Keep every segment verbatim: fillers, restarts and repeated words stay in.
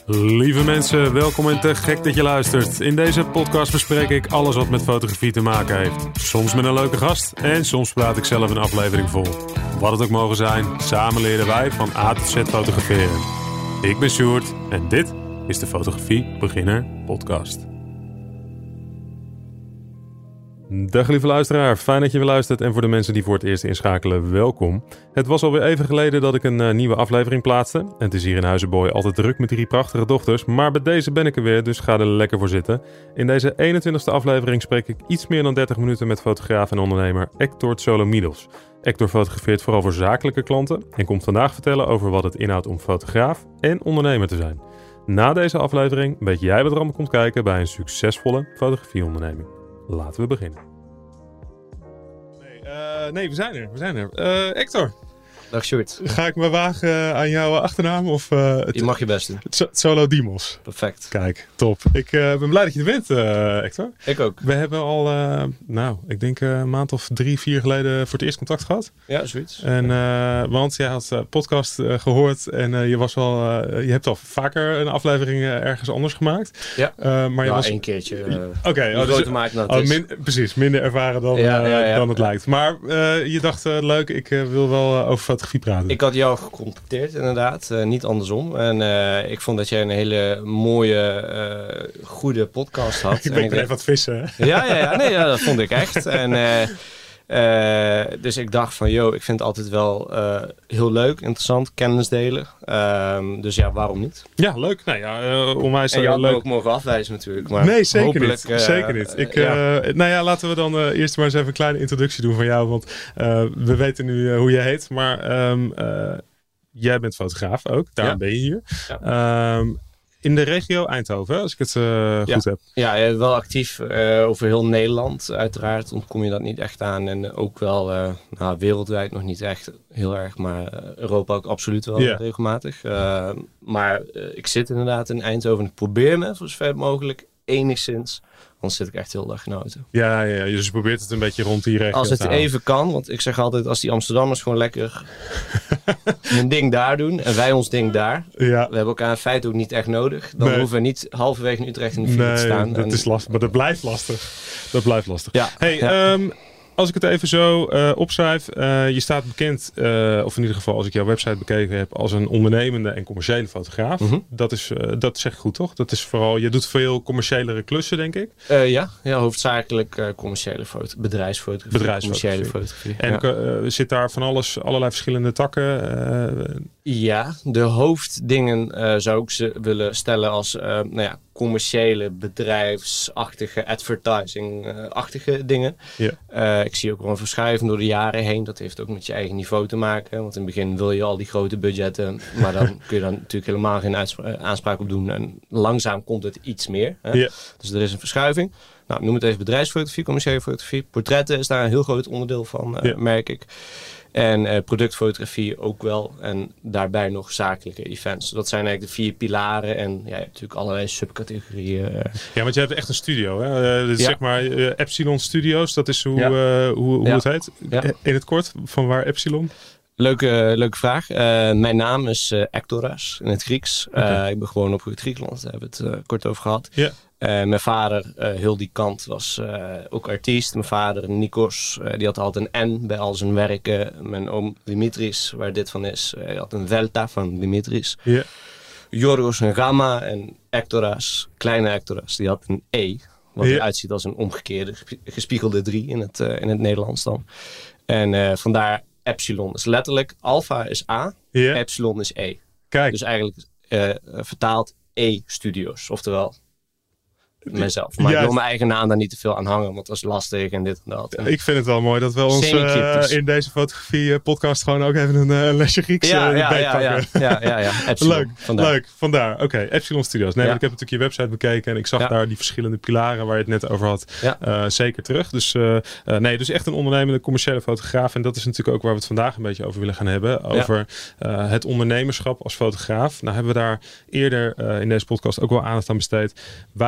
Lieve mensen, welkom en te gek dat je luistert. In deze podcast bespreek ik alles wat met fotografie te maken heeft. Soms met een leuke gast en soms praat ik zelf een aflevering vol. Wat het ook mogen zijn, samen leren wij van A tot Z fotograferen. Ik ben Sjoerd en dit is de Fotografie Beginner Podcast. Dag lieve luisteraar, fijn dat je weer luistert en voor de mensen die voor het eerst inschakelen, welkom. Het was alweer even geleden dat ik een uh, nieuwe aflevering plaatste. En het is hier in Huizenbooi altijd druk met drie prachtige dochters, maar bij deze ben ik er weer, dus ga er lekker voor zitten. In deze eenentwintigste aflevering spreek ik iets meer dan dertig minuten met fotograaf en ondernemer Hector Tsolomidos. Hector fotografeert vooral voor zakelijke klanten en komt vandaag vertellen over wat het inhoudt om fotograaf en ondernemer te zijn. Na deze aflevering weet jij wat er allemaal komt kijken bij een succesvolle fotografieonderneming. Laten we beginnen. Nee, uh, nee we zijn er. We zijn er. Uh, Hector. Dag Sjoerd. Ga ik me wagen aan jouw achternaam? Of, uh, je mag je best doen. Tsolomidos. Perfect. Kijk, top. Ik uh, ben blij dat je er bent, uh, Hector. Ik ook. We hebben al, uh, nou, ik denk uh, een maand of drie, vier geleden voor het eerst contact gehad. Ja, zoiets. En, uh, want jij had uh, podcast uh, gehoord en uh, je was al, uh, je hebt al vaker een aflevering uh, ergens anders gemaakt. Ja, uh, maar je ja, was één keertje. Uh, Oké, okay, oh, dus, maken dan oh, min, precies, minder ervaren dan, ja, uh, ja, ja. dan het lijkt. Maar uh, je dacht, uh, leuk, ik uh, wil wel uh, over fotografie praten. Ik had jou gecontacteerd inderdaad, uh, niet andersom. En uh, ik vond dat jij een hele mooie, uh, goede podcast had. ik ben en even aan het vissen. Hè? Ja, ja, ja, nee, ja, dat vond ik echt. En, uh, uh, dus ik dacht van, yo, ik vind het altijd wel uh, heel leuk, interessant, kennis delen. Um, dus ja, waarom niet? Ja, leuk. Nou ja, uh, onwijs en je had leuk. me ook mogen afwijzen natuurlijk. Maar nee, zeker hopelijk, niet. Uh, zeker niet. Ik, uh, ja. uh, nou ja, laten we dan uh, eerst maar eens even een kleine introductie doen van jou. Want uh, we weten nu uh, hoe je heet, maar um, uh, jij bent fotograaf ook. Daarom ja. ben je hier. Ja. Um, in de regio Eindhoven, als ik het uh, goed ja. heb. Ja, wel actief uh, over heel Nederland. Uiteraard ontkom je dat niet echt aan. En ook wel uh, nou, wereldwijd nog niet echt heel erg. Maar Europa ook absoluut wel yeah. regelmatig. Uh, maar uh, ik zit inderdaad in Eindhoven. En ik probeer me, voor zover mogelijk, enigszins... Anders zit ik echt heel dag in de auto. Ja, ja, dus je probeert het een beetje rond die regio Als het te houden. even kan, want ik zeg altijd... als die Amsterdammers gewoon lekker hun ding daar doen... en wij ons ding daar. Ja. We hebben elkaar in feite ook niet echt nodig. Dan nee. hoeven we niet halverwege in Utrecht in de file nee, te staan. dat en... is lastig, maar dat blijft lastig. Dat blijft lastig. Ja. Hey, ja. Um, als ik het even zo uh, opschrijf. Uh, je staat bekend, uh, of in ieder geval als ik jouw website bekeken heb... als een ondernemende en commerciële fotograaf. Mm-hmm. Dat, is, uh, dat zeg ik goed, toch? Dat is vooral, je doet veel commerciëlere klussen, denk ik? Uh, ja, ja, hoofdzakelijk uh, commerciële foto, bedrijfsfotografie. Bedrijfsfotografie. Commerciële fotografie. En ja. uh, zit daar van alles, allerlei verschillende takken? Uh, ja, de hoofddingen uh, zou ik ze willen stellen als uh, nou ja, commerciële, bedrijfsachtige, advertising-achtige dingen. Yeah. Uh, ik zie ook wel een verschuiving door de jaren heen. Dat heeft ook met je eigen niveau te maken. Want in het begin wil je al die grote budgetten. Maar dan kun je dan natuurlijk helemaal geen uitspra- aanspraak op doen. En langzaam komt het iets meer. Hè? Yeah. Dus er is een verschuiving. Nou, noem het even bedrijfsfotografie, commerciële fotografie. Portretten is daar een heel groot onderdeel van, uh, yeah. merk ik. En uh, productfotografie ook wel. En daarbij nog zakelijke events. Dat zijn eigenlijk de vier pilaren. En ja, je hebt natuurlijk allerlei subcategorieën. Uh. Ja, want je hebt echt een studio. Hè? Uh, dus ja. Zeg maar uh, Epsilon Studios. Dat is hoe, ja. uh, hoe, hoe ja. het heet. Ja. In het kort, van waar Epsilon? Leuke, leuke vraag. Uh, mijn naam is uh, Hectoras in het Grieks. Uh, okay. Ik ben gewoon opgegroeid in Griekenland. Daar hebben we het uh, kort over gehad. Yeah. Uh, mijn vader, uh, heel die kant, was uh, ook artiest. Mijn vader, Nikos, uh, die had altijd een N bij al zijn werken. Mijn oom Dimitris, waar dit van is, uh, hij had een Velta van Dimitris. Yeah. Yorgos een Gamma en Hectoras, kleine Hectoras, die had een E. Wat yeah. eruit ziet als een omgekeerde, gespiegelde drie in het, uh, in het Nederlands dan. En uh, vandaar Epsilon is letterlijk, alpha is A, yeah. Epsilon is E. Kijk. Dus eigenlijk uh, vertaald E-studios, oftewel... mezelf. Maar ja, ik wil mijn eigen naam daar niet te veel aan hangen, want dat is lastig en dit en dat. Ik vind het wel mooi dat we ons uh, in deze fotografie podcast gewoon ook even een uh, lesje Grieks ja, uh, ja, ja, ja, ja, ja, ja, ja. Epsilon, leuk, vandaar. leuk, vandaar. Oké, okay, Epsilon Studios. Nee, ja. Ik heb natuurlijk je website bekeken en ik zag ja. daar die verschillende pilaren waar je het net over had, ja. uh, zeker terug. Dus uh, uh, nee, dus echt een ondernemende commerciële fotograaf en dat is natuurlijk ook waar we het vandaag een beetje over willen gaan hebben. Over ja. uh, het ondernemerschap als fotograaf. Nou hebben we daar eerder uh, in deze podcast ook wel aandacht aan besteed. Wij wilden het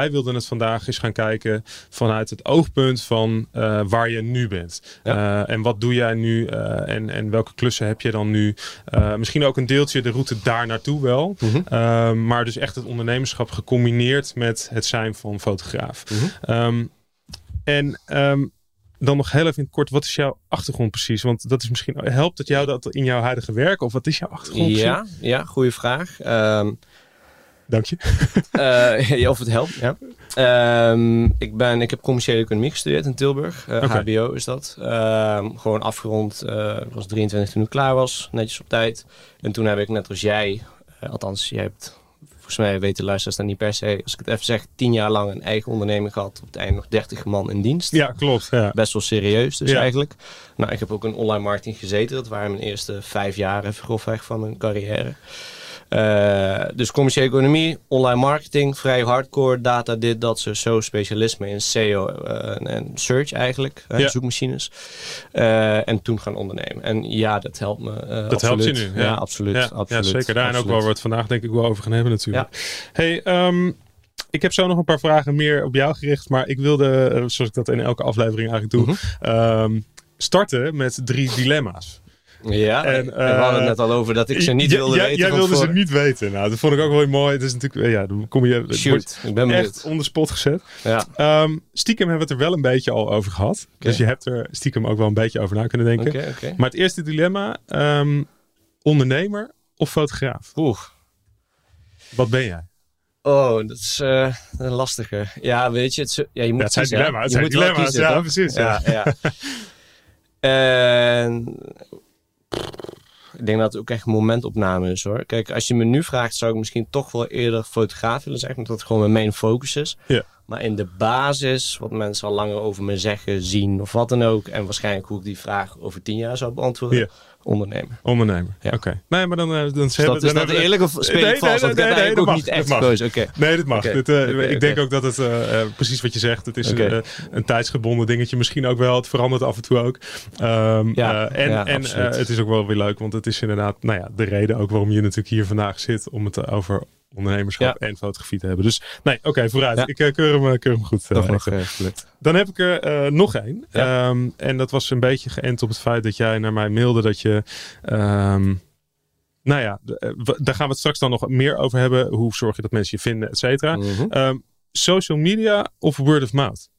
vandaag is gaan kijken vanuit het oogpunt van uh, waar je nu bent. Ja. Uh, en wat doe jij nu uh, en, en welke klussen heb je dan nu? Uh, misschien ook een deeltje de route daar naartoe wel. Mm-hmm. Uh, maar dus echt het ondernemerschap gecombineerd met het zijn van fotograaf. Mm-hmm. Um, en um, dan nog heel even in het kort, wat is jouw achtergrond precies? Want dat is misschien, helpt het jou dat in jouw huidige werk? Of wat is jouw achtergrond ja, precies? Ja, goede vraag. Um, Dank je. uh, of het helpt, ja. Um, ik, ben, ik heb commerciële economie gestudeerd in Tilburg. Uh, okay. H B O is dat. Um, gewoon afgerond. Uh, ik was drieëntwintig toen ik klaar was. Netjes op tijd. En toen heb ik net als jij, uh, althans jij hebt... Volgens mij weten luisteraars dat niet per se. Als ik het even zeg, tien jaar lang een eigen onderneming gehad. Op het einde nog dertig man in dienst. Ja, klopt. Ja. Best wel serieus dus ja. eigenlijk. Nou, ik heb ook in online marketing gezeten. Dat waren mijn eerste vijf jaar even grofweg van mijn carrière. Uh, dus commerciële economie, online marketing, vrij hardcore, data, dit, dat, zo, zo specialisme in S E O uh, en search eigenlijk, uh, ja. zoekmachines. Uh, en toen gaan ondernemen. En ja, dat helpt me. Uh, dat absoluut. helpt je nu. Ja, ja absoluut, ja, absoluut. Ja, zeker. Daar absoluut. En ook wel waar we het vandaag denk ik wel over gaan hebben natuurlijk. Ja. Hey, um, ik heb zo nog een paar vragen meer op jou gericht, maar ik wilde, uh, zoals ik dat in elke aflevering eigenlijk doe, mm-hmm. um, starten met drie dilemma's. Ja, en, uh, we hadden het net al over dat ik ze niet wilde j- weten. Jij wilde ze niet weten. Nou, dat vond ik ook wel mooi. Het is natuurlijk, ja, dan kom je Shoot, ik ben echt on the spot gezet. Ja. Um, stiekem hebben we het er wel een beetje al over gehad. Okay. Dus je hebt er stiekem ook wel een beetje over na kunnen denken. Okay, okay. Maar het eerste dilemma, um, ondernemer of fotograaf? Oeh. Wat ben jij? Oh, dat is uh, een lastige. Ja, weet je, het, is, ja, je moet ja, het zijn kiezen, dilemma's. Het je zijn moet dilemma's, kiezen, ja, toch? precies. Ja, ja. ja. En ik denk dat het ook echt een momentopname is hoor. Kijk, als je me nu vraagt, zou ik misschien toch wel eerder fotograaf willen zijn, omdat het gewoon mijn main focus is. Ja. Maar in de basis, wat mensen al langer over me zeggen, zien of wat dan ook, en waarschijnlijk hoe ik die vraag over tien jaar zou beantwoorden, ja. ondernemer. Ondernemer, ja. Oké. Okay. Nee, maar dan... dan, dan is dat, dan is dat we... eerlijk of speel nee, ik vast? Nee, nee, nee, nee, nee, ook dat mag, niet echt dat gekozen. Okay. Nee, dat mag. Okay. Dit, uh, okay, ik okay. denk ook dat het, uh, uh, precies wat je zegt, het is okay. een, uh, een tijdsgebonden dingetje misschien ook wel. Het verandert af en toe ook. Um, ja, uh, en ja, en uh, het is ook wel weer leuk, want het is inderdaad nou ja, de reden ook waarom je natuurlijk hier vandaag zit, om het over ondernemerschap ja. en fotografie te hebben. Dus nee, oké, okay, vooruit. Ja. Ik uh, keur, hem, keur hem goed. Uh, nog uh, Dan heb ik er uh, nog één. Ja. Um, en dat was een beetje geënt op het feit dat jij naar mij mailde dat je... Um, nou ja, d- w- daar gaan we het straks dan nog meer over hebben. Hoe zorg je dat mensen je vinden, et cetera. Mm-hmm. Um, social media of word of mouth?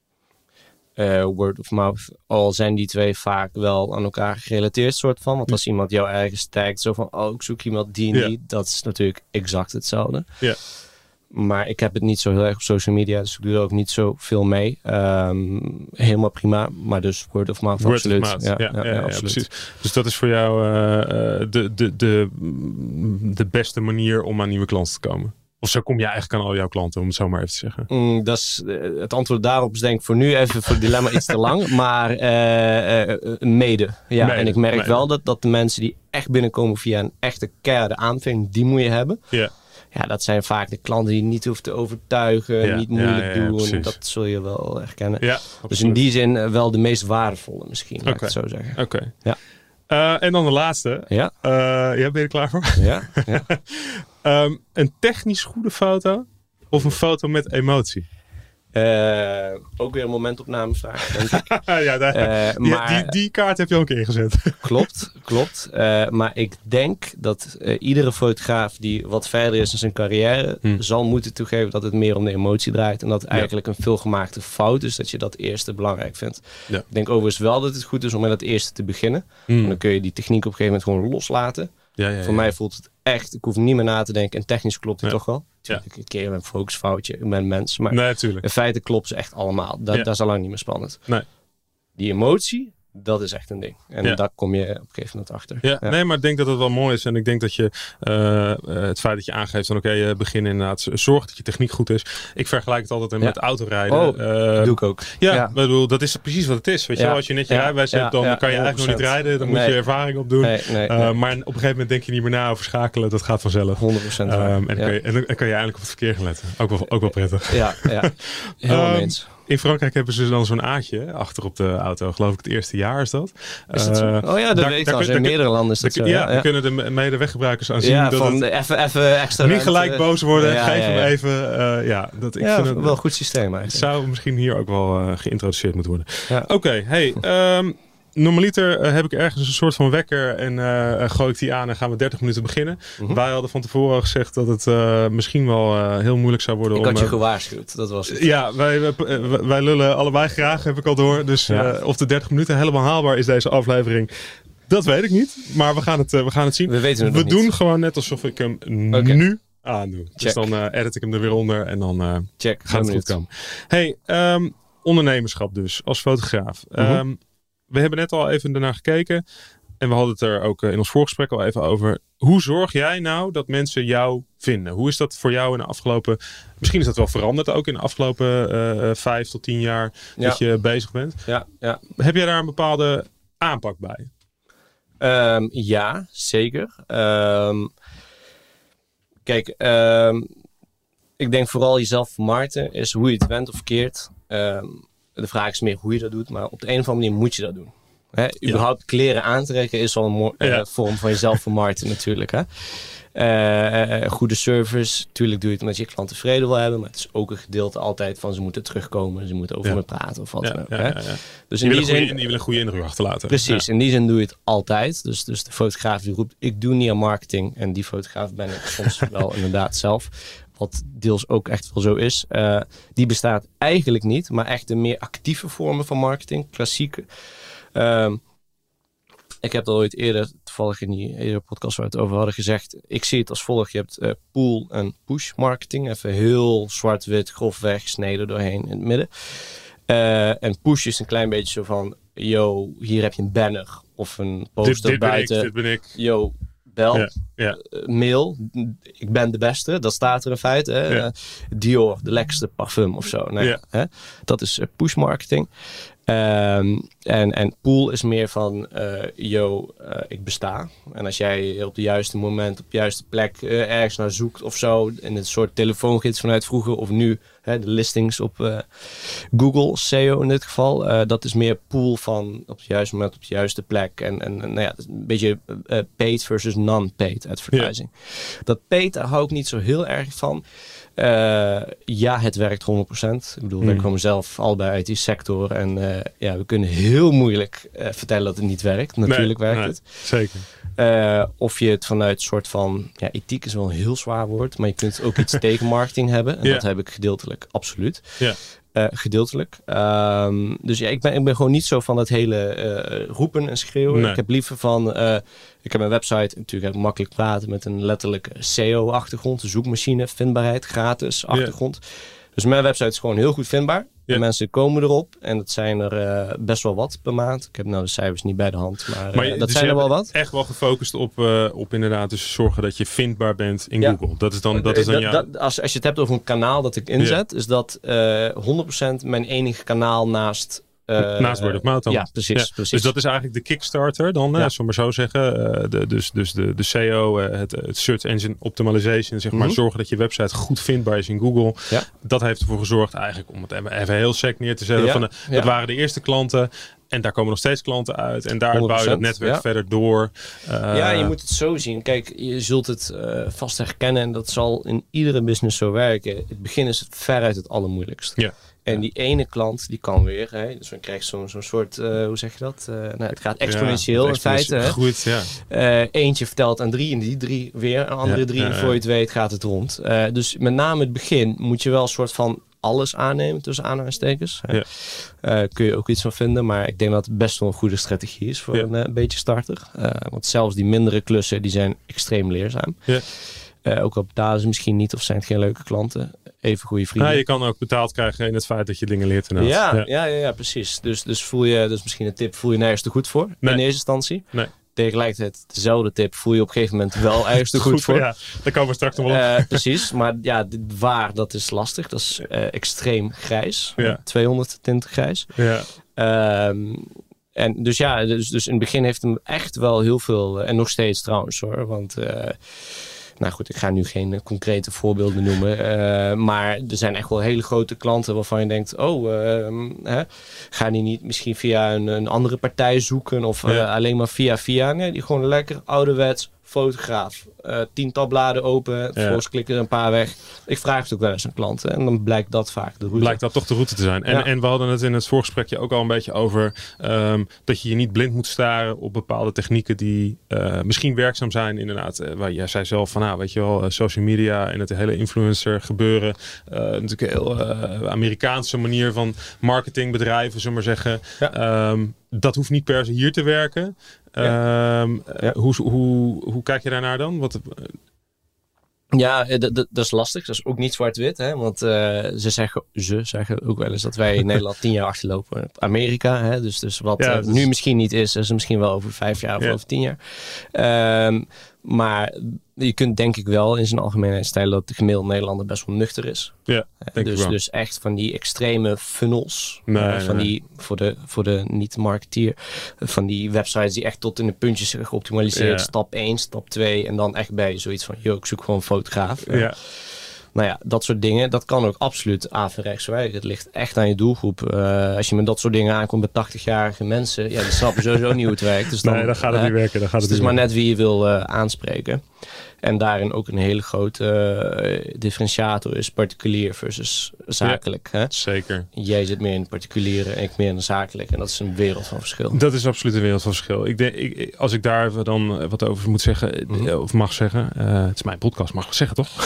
Uh, word of mouth, al zijn die twee vaak wel aan elkaar gerelateerd soort van. Want als ja. iemand jou ergens tagt, zo van, oh, ik zoek iemand die en die. Ja. Dat is natuurlijk exact hetzelfde. Ja. Maar ik heb het niet zo heel erg op social media, dus ik doe er ook niet zo veel mee. Um, helemaal prima, maar dus word of mouth, word absoluut. Of mouth. Ja, ja, ja, ja, ja, absoluut. Ja, precies. Dus dat is voor jou uh, de, de, de, de beste manier om aan nieuwe klanten te komen? Of zo kom je eigenlijk aan al jouw klanten, om het zo maar even te zeggen. Mm, dat is, uh, het antwoord daarop is denk ik voor nu even voor het dilemma iets te lang. Maar uh, uh, mede. Ja, mede, en ik merk mede. wel dat, dat de mensen die echt binnenkomen via een echte keiharde aanvang, die moet je hebben. Ja. Ja, dat zijn vaak de klanten die je niet hoeft te overtuigen, ja, niet moeilijk ja, ja, ja, doen. Dat zul je wel herkennen. Ja, dus in die zin uh, wel de meest waardevolle misschien, laat okay. ik het zo zeggen. Oké. Okay. Ja. Uh, en dan de laatste. Ja. Uh, ja, ben je er klaar voor? Ja. ja. um, een technisch goede foto of een foto met emotie? Uh, ook weer een momentopnamevraag, denk ik. ja, daar, uh, die, maar, die, die kaart heb je al een keer ingezet. klopt, klopt. Uh, maar ik denk dat uh, iedere fotograaf die wat verder is in zijn carrière, hmm. zal moeten toegeven dat het meer om de emotie draait. En dat het eigenlijk ja. een veelgemaakte fout is dat je dat eerste belangrijk vindt. Ja. Ik denk overigens wel dat het goed is om met het eerste te beginnen. Hmm. Dan kun je die techniek op een gegeven moment gewoon loslaten. Ja, ja, ja, Voor ja. mij voelt het echt, ik hoef niet meer na te denken. En technisch klopt het ja. toch wel. Ja. Ik keer een focusfoutje, ik ben mens. Maar nee, in feite klopt ze echt allemaal. Da- ja. Dat is al lang niet meer spannend. Nee. Die emotie, dat is echt een ding. En ja. daar kom je op een gegeven moment achter. Ja, ja. Nee, maar ik denk dat het wel mooi is. En ik denk dat je uh, het feit dat je aangeeft van oké, okay, uh, begin inderdaad. Zorg dat je techniek goed is. Ik vergelijk het altijd ja. met autorijden. Oh, uh, doe ik ook. Ja, ja. bedoel, dat is precies wat het is. Weet je, ja. als je net je ja. rijbewijs hebt, dan ja. kan je eigenlijk nog niet rijden. Dan nee. moet je ervaring opdoen. Nee, nee, uh, nee. Maar op een gegeven moment denk je niet meer na over schakelen. Dat gaat vanzelf. honderd procent um, en, dan ja. kan je, en dan kan je eigenlijk op het verkeer gaan letten. Ook wel, ook wel prettig. Ja, ja. Helemaal um, eens. in Frankrijk hebben ze dan zo'n aatje achter op de auto. Geloof ik het eerste jaar is dat. Is dat uh, oh ja, dat daar, weet ik al. In meerdere landen is dat daar, zo. Ja, ja. Dan kunnen de medeweggebruikers aan zien. Ja, dat van even, even extra niet gelijk uh, boos worden. Ja, geef ja, ja. hem even. Uh, ja, dat, ik ja, vind het het wel een goed systeem eigenlijk. Het zou misschien hier ook wel uh, geïntroduceerd moeten worden. Ja. Oké, okay, hey... Um, Normaliter uh, heb ik ergens een soort van wekker en uh, gooi ik die aan en gaan we dertig minuten beginnen. Mm-hmm. Wij hadden van tevoren al gezegd dat het uh, misschien wel uh, heel moeilijk zou worden. Ik om, had je uh, gewaarschuwd, dat was het. Ja, wij, wij, wij lullen allebei graag, heb ik al door. Dus uh, ja. of de dertig minuten helemaal haalbaar is deze aflevering, dat weet ik niet. Maar we gaan het, uh, we gaan het zien. We weten het We nog doen niet. gewoon net alsof ik hem okay. nu aandoe. Check. Dus dan uh, edit ik hem er weer onder en dan uh, Check. gaat het goed komen. Hey, um, ondernemerschap dus, als fotograaf. Mm-hmm. Um, We hebben net al even daarnaar gekeken. En we hadden het er ook in ons voorgesprek al even over. Hoe zorg jij nou dat mensen jou vinden? Hoe is dat voor jou in de afgelopen... Misschien is dat wel veranderd ook in de afgelopen uh, vijf tot tien jaar ja. dat je bezig bent. Ja, ja. Heb jij daar een bepaalde aanpak bij? Um, ja, zeker. Um, kijk, um, ik denk vooral jezelf vermarkten is hoe je het went of keert. Um, De vraag is meer hoe je dat doet, maar op de een of andere manier moet je dat doen. Hè? Überhaupt ja. kleren aantrekken is al een mo- ja. uh, vorm van jezelf vermarkten natuurlijk. Hè? Uh, uh, goede service, natuurlijk doe je het omdat je klant tevreden wil hebben, maar het is ook een gedeelte altijd van ze moeten terugkomen, ze moeten over ja. me praten of wat dan ja, ook. Ja, hè? ja, ja. Dus je, in wil die zin, goede, je wil een goede indruk achterlaten. Precies, ja. in die zin doe je het altijd. Dus, dus de fotograaf die roept, ik doe niet aan marketing en die fotograaf ben ik soms wel inderdaad zelf. Wat deels ook echt wel zo is. Uh, die bestaat eigenlijk niet. Maar echt de meer actieve vormen van marketing. Klassieke. Uh, ik heb al ooit eerder, toevallig in die eerdere podcast waar we het over hadden gezegd. Ik zie het als volgt. Je hebt uh, pull en push marketing. Even heel zwart-wit, grofweg gesneden doorheen in het midden. Uh, en push is een klein beetje zo van... Yo, hier heb je een banner of een poster dit, dit buiten. Ben ik, dit ben ik. Yo, bel, ja, ja. Uh, mail, ik ben de beste, dat staat er in feite. Hè? Ja. Uh, Dior, de lekkerste parfum of zo. Nee, ja. hè? Dat is uh, push marketing. Um, en, en pull is meer van, uh, yo, uh, ik besta. En als jij op de juiste moment, op de juiste plek uh, ergens naar zoekt of zo, in een soort telefoongids vanuit vroeger of nu, hè, de listings op uh, Google, S E O in dit geval, uh, dat is meer pull van op het juiste moment, op de juiste plek. En, en nou ja, een beetje uh, paid versus non-paid advertising. Ja. Dat paid, daar hou ik niet zo heel erg van. Uh, ja, het werkt honderd procent. Ik bedoel, hmm. wij komen zelf allebei uit die sector. En uh, ja, we kunnen heel moeilijk uh, vertellen dat het niet werkt. Natuurlijk nee, werkt nee, het. Zeker. Uh, of je het vanuit een soort van... Ja, ethiek is wel een heel zwaar woord. Maar je kunt ook iets tegen marketing hebben. En ja. dat heb ik gedeeltelijk, absoluut. Ja. Uh, gedeeltelijk. Um, dus ja, ik ben, ik ben gewoon niet zo van dat hele uh, roepen en schreeuwen. Nee. Ik heb liever van... Uh, ik heb een website, natuurlijk heb ik makkelijk praten met een letterlijke S E O-achtergrond. Zoekmachine, vindbaarheid, gratis achtergrond. Ja. Dus mijn website is gewoon heel goed vindbaar. Ja. De mensen komen erop. En dat zijn er uh, best wel wat per maand. Ik heb nou de cijfers niet bij de hand. Maar, maar uh, je, dat dus zijn er wel wat. Echt wel gefocust op, uh, op inderdaad dus zorgen dat je vindbaar bent in ja. Google. Dat is dan, dat is dan dat, jouw... dat, als, als je het hebt over een kanaal dat ik inzet. Ja. Is dat uh, honderd procent mijn enige kanaal naast... Uh, Naast word of mouth dan. Ja, precies, ja. precies. Dus dat is eigenlijk de Kickstarter dan, ja. hè, zullen we maar zo zeggen. Uh, de, dus dus de, de S E O, uh, het, het Search Engine Optimization, zeg maar. Mm-hmm. Zorgen dat je website goed vindbaar is in Google. Ja. Dat heeft ervoor gezorgd eigenlijk, om het even heel sec neer te zetten. Ja. Van, uh, dat ja. waren de eerste klanten. En daar komen nog steeds klanten uit. En daar bouw je dat netwerk ja. verder door. Uh, ja, je moet het zo zien. Kijk, je zult het uh, vast herkennen. En dat zal in iedere business zo werken. Het begin is veruit het allermoeilijkst. Ja. En die ene klant, die kan weer. Hè, dus dan krijg je zo'n zo'n soort, uh, hoe zeg je dat? Uh, nou, het gaat exponentieel ja, in feite. Groeit, ja. Uh, eentje vertelt aan drie en die drie weer. Een andere ja, drie. Ja, en voor je het weet gaat het rond. Uh, dus met name het begin moet je wel een soort van alles aannemen tussen aanhalingstekens. Ja. Uh, kun je ook iets van vinden. Maar ik denk dat het best wel een goede strategie is voor ja. een, uh, een beetje starter. Uh, want zelfs die mindere klussen, die zijn extreem leerzaam. Ja. Uh, ook al betalen ze misschien niet of zijn het geen leuke klanten. Even goede vrienden. Ja, je kan ook betaald krijgen in het feit dat je dingen leert. Ja, ja. Ja, ja, ja, precies. Dus, dus voel je, dus misschien een tip, voel je nergens te goed voor nee. in eerste instantie. Nee. Tegelijkertijd dezelfde tip voel je op een gegeven moment wel ergens te goed, goed voor. Ja, daar komen we straks nog op. Uh, precies, maar ja, dit waar, dat is lastig. Dat is uh, extreem grijs. Ja. tweehonderdtwintig grijs. Ja. Um, en dus ja, dus, dus in het begin heeft hem echt wel heel veel, uh, en nog steeds trouwens hoor, want... Uh, nou goed, ik ga nu geen uh, concrete voorbeelden noemen. Uh, maar er zijn echt wel hele grote klanten waarvan je denkt, oh, uh, hè, gaan die niet misschien via een, een andere partij zoeken of uh, ja. alleen maar via via. Nee, die gewoon lekker ouderwets fotograaf. Uh, tien tabbladen open, ja. vervolgens klikken er een paar weg. Ik vraag het ook wel eens aan klanten en dan blijkt dat vaak de route. Blijkt dat toch de route te zijn. En, ja. en we hadden het in het voorgesprekje ook al een beetje over um, dat je je niet blind moet staren op bepaalde technieken die uh, misschien werkzaam zijn inderdaad. Uh, waar jij zei zelf van, nou weet je wel, uh, social media en het hele influencer gebeuren. Uh, natuurlijk een heel uh, Amerikaanse manier van marketingbedrijven, zullen we maar zeggen. Ja. Um, dat hoeft niet per se hier te werken. Ja. Um, ja. hoe, hoe, hoe kijk je daarnaar dan? Wat, ja, dat, dat, dat is lastig. Dat is ook niet zwart-wit. Hè? Want uh, ze, zeggen, ze zeggen ook wel eens dat wij in Nederland tien jaar achterlopen op Amerika. Hè? Dus, dus wat ja, dus... uh, nu misschien niet is, is misschien wel over vijf jaar of ja. over tien jaar. Um, maar je kunt denk ik wel in zijn algemeenheid stellen dat de gemiddelde Nederlander best wel nuchter is. Ja, denk dus, ik wel. Dus echt van die extreme funnels. Nee, uh, van nee. die, voor de, voor de niet-marketeer. Van die websites die echt tot in de puntjes zijn geoptimaliseerd. Ja. Stap één, stap twee. En dan echt bij zoiets van, joh, ik zoek gewoon een fotograaf. Ja. Nou ja, dat soort dingen, dat kan ook absoluut averechts werken. Het ligt echt aan je doelgroep. Uh, als je met dat soort dingen aankomt bij tachtigjarige mensen, ja, die snappen sowieso niet hoe het werkt. Dus dan, nee, dan gaat het uh, niet werken. Dan gaat het dus niet het is maar werken. net wie je wil uh, aanspreken. En daarin ook een hele grote uh, differentiator is particulier versus zakelijk. Ja, hè? zeker. Jij zit meer in het particuliere en ik meer in de zakelijk. En dat is een wereld van verschil. Dat is absoluut een wereld van verschil. Ik denk, ik, als ik daar dan wat over moet zeggen, mm-hmm. of mag zeggen. Uh, het is mijn podcast, mag ik zeggen toch?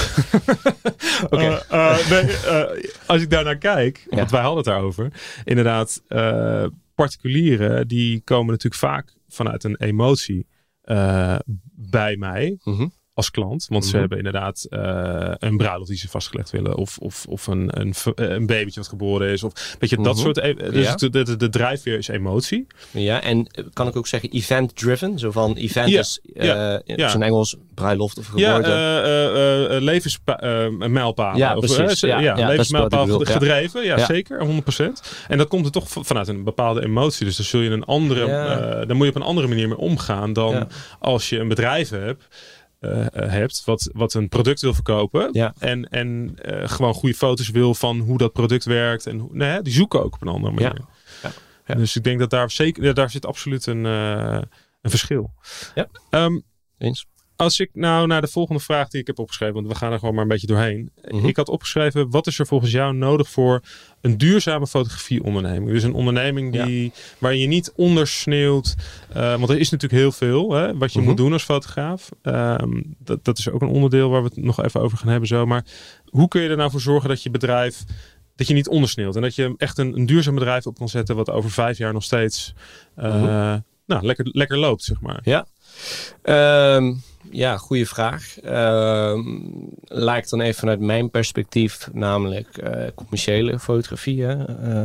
Oké. Okay. Uh, uh, nee, uh, als ik daar naar kijk, ja. want wij hadden het daarover. Inderdaad, uh, particulieren die komen natuurlijk vaak vanuit een emotie uh, bij mij. Mm-hmm. Als klant, want mm-hmm. ze hebben inderdaad uh, een bruiloft die ze vastgelegd willen, of, of, of een, een, een babytje wat geboren is, of weet je, mm-hmm. dat soort. E- dus ja. de, de, de drijfveer is emotie. Ja, en kan ik ook zeggen event-driven, zo van event ja. is uh, ja. in ja. Engels bruiloft of geboorte. Ja, uh, uh, uh, levensmijlpalen. Ja, of, precies. Uh, ja, ja, ja, levensmijlpalen gedreven, ja, ja, zeker, honderd procent. En dat komt er toch vanuit een bepaalde emotie. Dus dan zul je een andere, ja. uh, dan moet je op een andere manier mee omgaan dan ja. als je een bedrijf hebt. Uh, hebt, wat, wat een product wil verkopen. Ja. En, en uh, gewoon goede foto's wil van hoe dat product werkt. En hoe, nou ja, die zoeken ook op een andere manier. Ja. Ja. Ja. Dus ik denk dat daar zeker, ja, daar zit absoluut een, uh, een verschil. Ja. Um, Eens. Als ik nou naar de volgende vraag die ik heb opgeschreven, want we gaan er gewoon maar een beetje doorheen. Mm-hmm. Ik had opgeschreven, wat is er volgens jou nodig voor een duurzame fotografieonderneming? Dus een onderneming die, ja. waar je niet ondersneeuwt. Uh, want er is natuurlijk heel veel hè, wat je mm-hmm. moet doen als fotograaf. Um, dat, dat is ook een onderdeel waar we het nog even over gaan hebben zo. Maar hoe kun je er nou voor zorgen dat je bedrijf, dat je niet ondersneeuwt. En dat je echt een, een duurzaam bedrijf op kan zetten wat over vijf jaar nog steeds uh, mm-hmm. nou, lekker, lekker loopt, zeg maar. Ja. Um, ja, goede vraag. Um, laat ik dan even vanuit mijn perspectief, namelijk uh, commerciële fotografie, uh,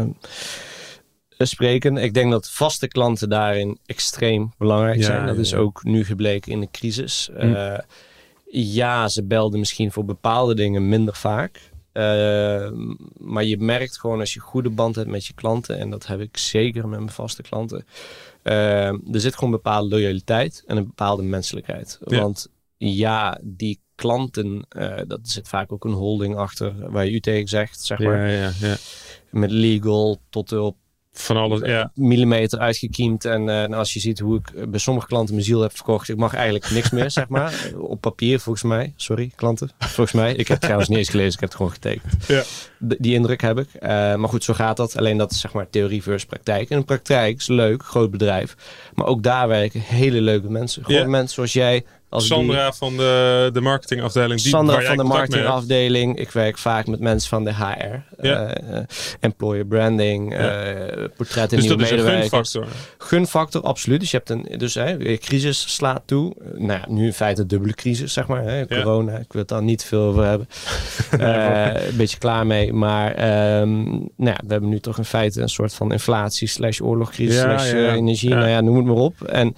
spreken. Ik denk dat vaste klanten daarin extreem belangrijk ja, zijn. Dat ja, is ja. ook nu gebleken in de crisis. Hm. Uh, ja, ze belden misschien voor bepaalde dingen minder vaak. Uh, maar je merkt gewoon als je een goede band hebt met je klanten, en dat heb ik zeker met mijn vaste klanten, uh, er zit gewoon een bepaalde loyaliteit en een bepaalde menselijkheid. Ja. Want ja, die klanten, uh, dat zit vaak ook een holding achter waar je u tegen zegt, zeg maar. Ja, ja, ja. Met legal tot op van alles, ja. millimeter uitgekiemd. En uh, als je ziet hoe ik bij sommige klanten mijn ziel heb verkocht, ik mag eigenlijk niks meer, zeg maar. Op papier, volgens mij. Sorry, klanten. Volgens mij. Ik heb het trouwens niet eens gelezen, ik heb het gewoon getekend. Ja. D- die indruk heb ik. Uh, maar goed, zo gaat dat. Alleen dat is zeg maar theorie versus praktijk. En de praktijk is leuk, groot bedrijf. Maar ook daar werken hele leuke mensen. Gewoon ja. mensen zoals jij. Als Sandra die, van de, de marketingafdeling. Die, Sandra waar van de marketingafdeling. Ik werk vaak met mensen van de H R. Ja. Uh, employer branding. Ja. Uh, portretten, dus nieuwe dat is medewerkers. Een gunfactor. Gunfactor, absoluut. Dus je hebt een dus, hè, crisis slaat toe. Uh, nou ja, nu in feite een dubbele crisis, zeg maar. Hè. Corona, ja. Ik wil het daar niet veel over hebben. uh, een beetje klaar mee. Maar um, nou ja, we hebben nu toch in feite een soort van inflatie slash oorlogcrisis ja, slash ja. energie. Ja. Nou ja, noem het maar op. En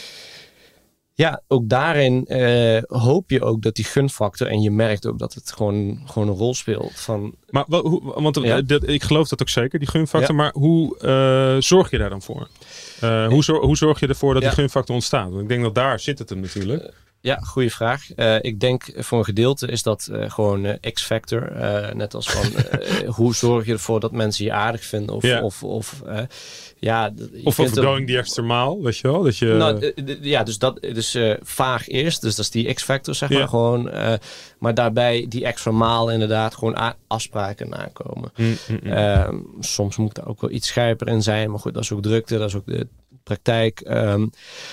ja, ook daarin uh, hoop je ook dat die gunfactor, en je merkt ook dat het gewoon, gewoon een rol speelt. Van, maar wel, hoe, want ja. dat, ik geloof dat ook zeker, die gunfactor. Ja. Maar hoe uh, zorg je daar dan voor? Uh, hoe, zor, hoe zorg je ervoor dat ja. die gunfactor ontstaat? Want ik denk dat daar zit het hem natuurlijk. Ja, goede vraag. Uh, ik denk voor een gedeelte is dat uh, gewoon uh, X-factor. Uh, net als van uh, hoe zorg je ervoor dat mensen je aardig vinden? Of, ja. of, of uh, ja, of of going the extra mile, weet je wel? Dat je... Nou, uh, ja, dus dat dus uh, vaag eerst. Dus dat is die X-factor, zeg maar. Ja. Gewoon, uh, maar daarbij die extra mile inderdaad gewoon a- afspraken nakomen. Mm, mm, mm. Uh, soms moet er ook wel iets scherper in zijn. Maar goed, dat is ook drukte. Dat is ook de praktijk. Um,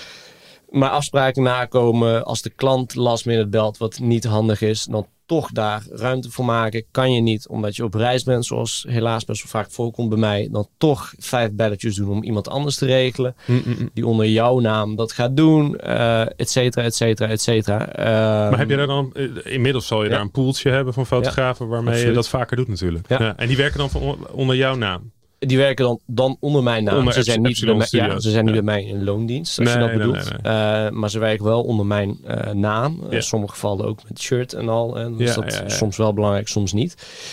Maar afspraken nakomen, als de klant last minute belt, wat niet handig is, dan toch daar ruimte voor maken. Kan je niet, omdat je op reis bent, zoals helaas best wel vaak voorkomt bij mij, dan toch vijf belletjes doen om iemand anders te regelen. Mm-mm. Die onder jouw naam dat gaat doen, uh, et cetera, et cetera, et cetera. Um, maar heb je daar dan, inmiddels zal je ja. daar een poeltje hebben van fotografen ja, waarmee absoluut. je dat vaker doet natuurlijk. Ja. Ja. En die werken dan van onder jouw naam? Die werken dan, dan onder mijn naam. Onder ze zijn niet, bij mij, ja, ze zijn niet ja. bij mij in loondienst, als nee, je dat nee, bedoelt. Nee, nee. Uh, maar ze werken wel onder mijn uh, naam. In ja. sommige gevallen ook met shirt en al. En dus ja, dat ja, ja. soms wel belangrijk, soms niet.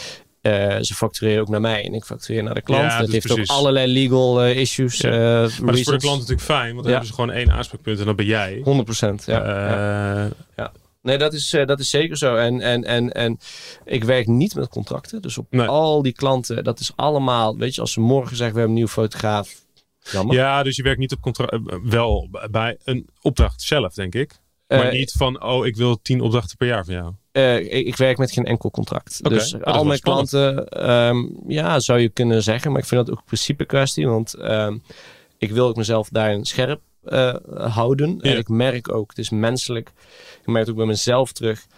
Uh, ze factureren ook naar mij en ik factureer naar de klant. Ja, dat heeft precies. ook allerlei legal uh, issues. Ja. Uh, maar dat is voor de klant natuurlijk fijn, want dan ja. hebben ze gewoon één aanspreekpunt en dat ben jij. honderd procent, ja. Uh, ja. ja. Nee, dat is, uh, dat is zeker zo. En, en, en, en ik werk niet met contracten. Dus op nee. al die klanten, dat is allemaal... Weet je, als ze morgen zeggen, we hebben een nieuwe fotograaf. Jammer. Ja, dus je werkt niet op contract... Uh, wel bij een opdracht zelf, denk ik. Maar uh, niet van, oh, ik wil tien opdrachten per jaar van jou. Uh, ik, ik werk met geen enkel contract. Okay. Dus oh, al mijn klanten, um, ja, zou je kunnen zeggen. Maar ik vind dat ook een principe kwestie. Want um, ik wil ook mezelf daarin scherp Uh, houden. Ja. En ik merk ook, het is menselijk. Ik merk het ook bij mezelf terug.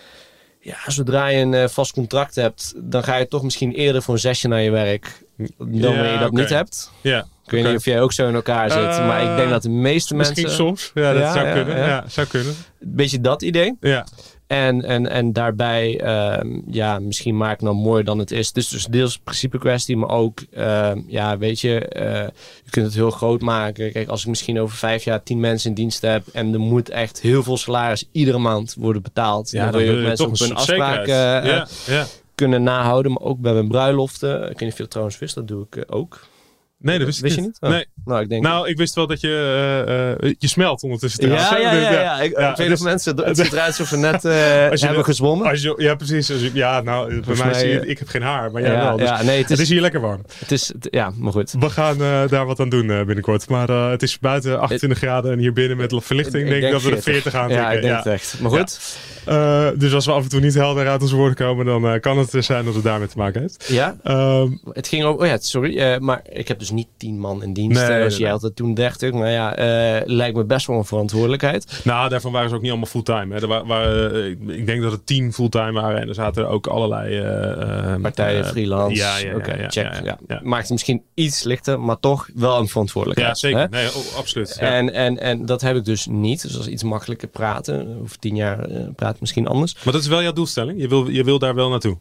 Ja, zodra je een uh, vast contract hebt, dan ga je toch misschien eerder voor een zesje naar je werk dan ja, wanneer je dat okay. niet hebt. Ja. Ik weet okay. niet of jij ook zo in elkaar zit, uh, maar ik denk dat de meeste misschien mensen... Misschien soms, ja, dat ja, zou, ja, kunnen. Ja. Ja, zou kunnen. Beetje dat idee. Ja. En, en, en daarbij, uh, ja, misschien maak ik nou mooier dan het is. Dus, dus deels principe kwestie, maar ook, uh, ja, weet je, uh, je kunt het heel groot maken. Kijk, als ik misschien over vijf jaar tien mensen in dienst heb en er moet echt heel veel salaris iedere maand worden betaald. Ja, dan, dan wil je ook mensen op hun afspraken uh, ja, ja. kunnen nahouden, maar ook bij mijn bruiloften. Ik weet niet of je het trouwens wist, dat doe ik uh, ook. Nee, dat wist, wist ik je niet. niet? Oh. Nee. Nou, ik, denk nou, ik wist wel dat je uh, uh, je smelt ondertussen. Ja, ja, ja, ja, ja. Ik, ja, ik weet dus, of mensen het ziet eruit alsof we net uh, hebben dat, gezwommen. Als je, ja, precies. Als je, ja, nou, bij mij, mij zie je, ik heb geen haar, maar jij ja, wel. Dus ja, nee, het, is, het is hier lekker warm. Het is, het, ja, maar goed. We gaan uh, daar wat aan doen uh, binnenkort. Maar uh, het is buiten achtentwintig het, graden en hier binnen met verlichting ik, ik denk, denk dat we de veertig aan Ja, ik denk het echt. Maar goed. Uh, dus als we af en toe niet helder uit onze woorden komen, dan uh, kan het zijn dat het daarmee te maken heeft. Ja. Um, het ging over, oh ja, sorry. Uh, maar ik heb dus niet tien man in dienst. Nee, als jij altijd toen dertig. Maar ja, uh, lijkt me best wel een verantwoordelijkheid. Nou, daarvan waren ze ook niet allemaal fulltime. Hè. Er waren, waren, uh, ik denk dat het tien fulltime waren. En er zaten ook allerlei uh, partijen, uh, freelance. Ja, ja, okay, ja, ja, check. ja, ja, ja. ja. Maakt het misschien iets lichter, maar toch wel een verantwoordelijkheid. Ja, zeker. Hè? Nee, oh, absoluut. Ja. En, en, en dat heb ik dus niet. Dus dat is iets makkelijker praten. Over tien jaar uh, praat misschien anders. Maar dat is wel jouw doelstelling? Je wil, je wil daar wel naartoe?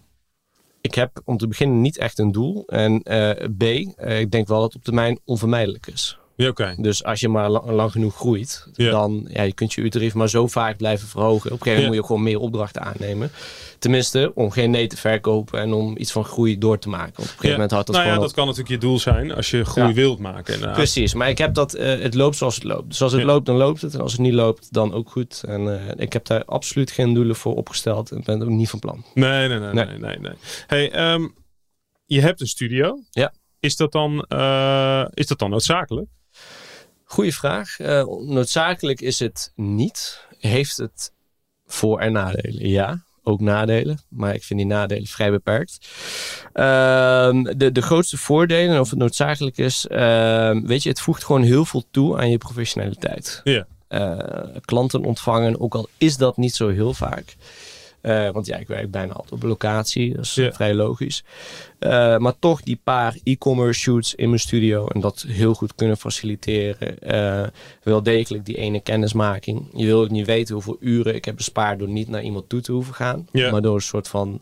Ik heb om te beginnen niet echt een doel. En uh, B, uh, ik denk wel dat het op termijn onvermijdelijk is. Ja, okay. Dus als je maar lang, lang genoeg groeit, ja. dan ja, je kunt je uurtarief maar zo vaak blijven verhogen. Op een gegeven moment ja. moet je gewoon meer opdrachten aannemen. Tenminste, om geen nee te verkopen en om iets van groei door te maken. Want op een gegeven ja. moment houdt dat nou gewoon ja, dat kan natuurlijk je doel zijn als je groei ja. wilt maken. Inderdaad. Precies, maar ik heb dat, uh, het loopt zoals het loopt. Dus als het ja. loopt, dan loopt het. En als het niet loopt, dan ook goed. En uh, ik heb daar absoluut geen doelen voor opgesteld. En ben ook niet van plan. Nee, nee, nee. nee. nee, nee, nee. Hey, um, je hebt een studio. Ja. Is dat dan, uh, is dat dan noodzakelijk? Goeie vraag. Uh, noodzakelijk is het niet. Heeft het voor- en nadelen? Ja, ook nadelen. Maar ik vind die nadelen vrij beperkt. Uh, de, de grootste voordelen, of het noodzakelijk is... Uh, weet je, het voegt gewoon heel veel toe aan je professionaliteit. Ja. Uh, klanten ontvangen, ook al is dat niet zo heel vaak... Uh, want ja, ik werk bijna altijd op locatie. Dat is yeah. vrij logisch. Uh, maar toch die paar e-commerce shoots in mijn studio. En dat heel goed kunnen faciliteren. Uh, wel degelijk die ene kennismaking. Je wil ook niet weten hoeveel uren ik heb bespaard door niet naar iemand toe te hoeven gaan. Yeah. Maar door een soort van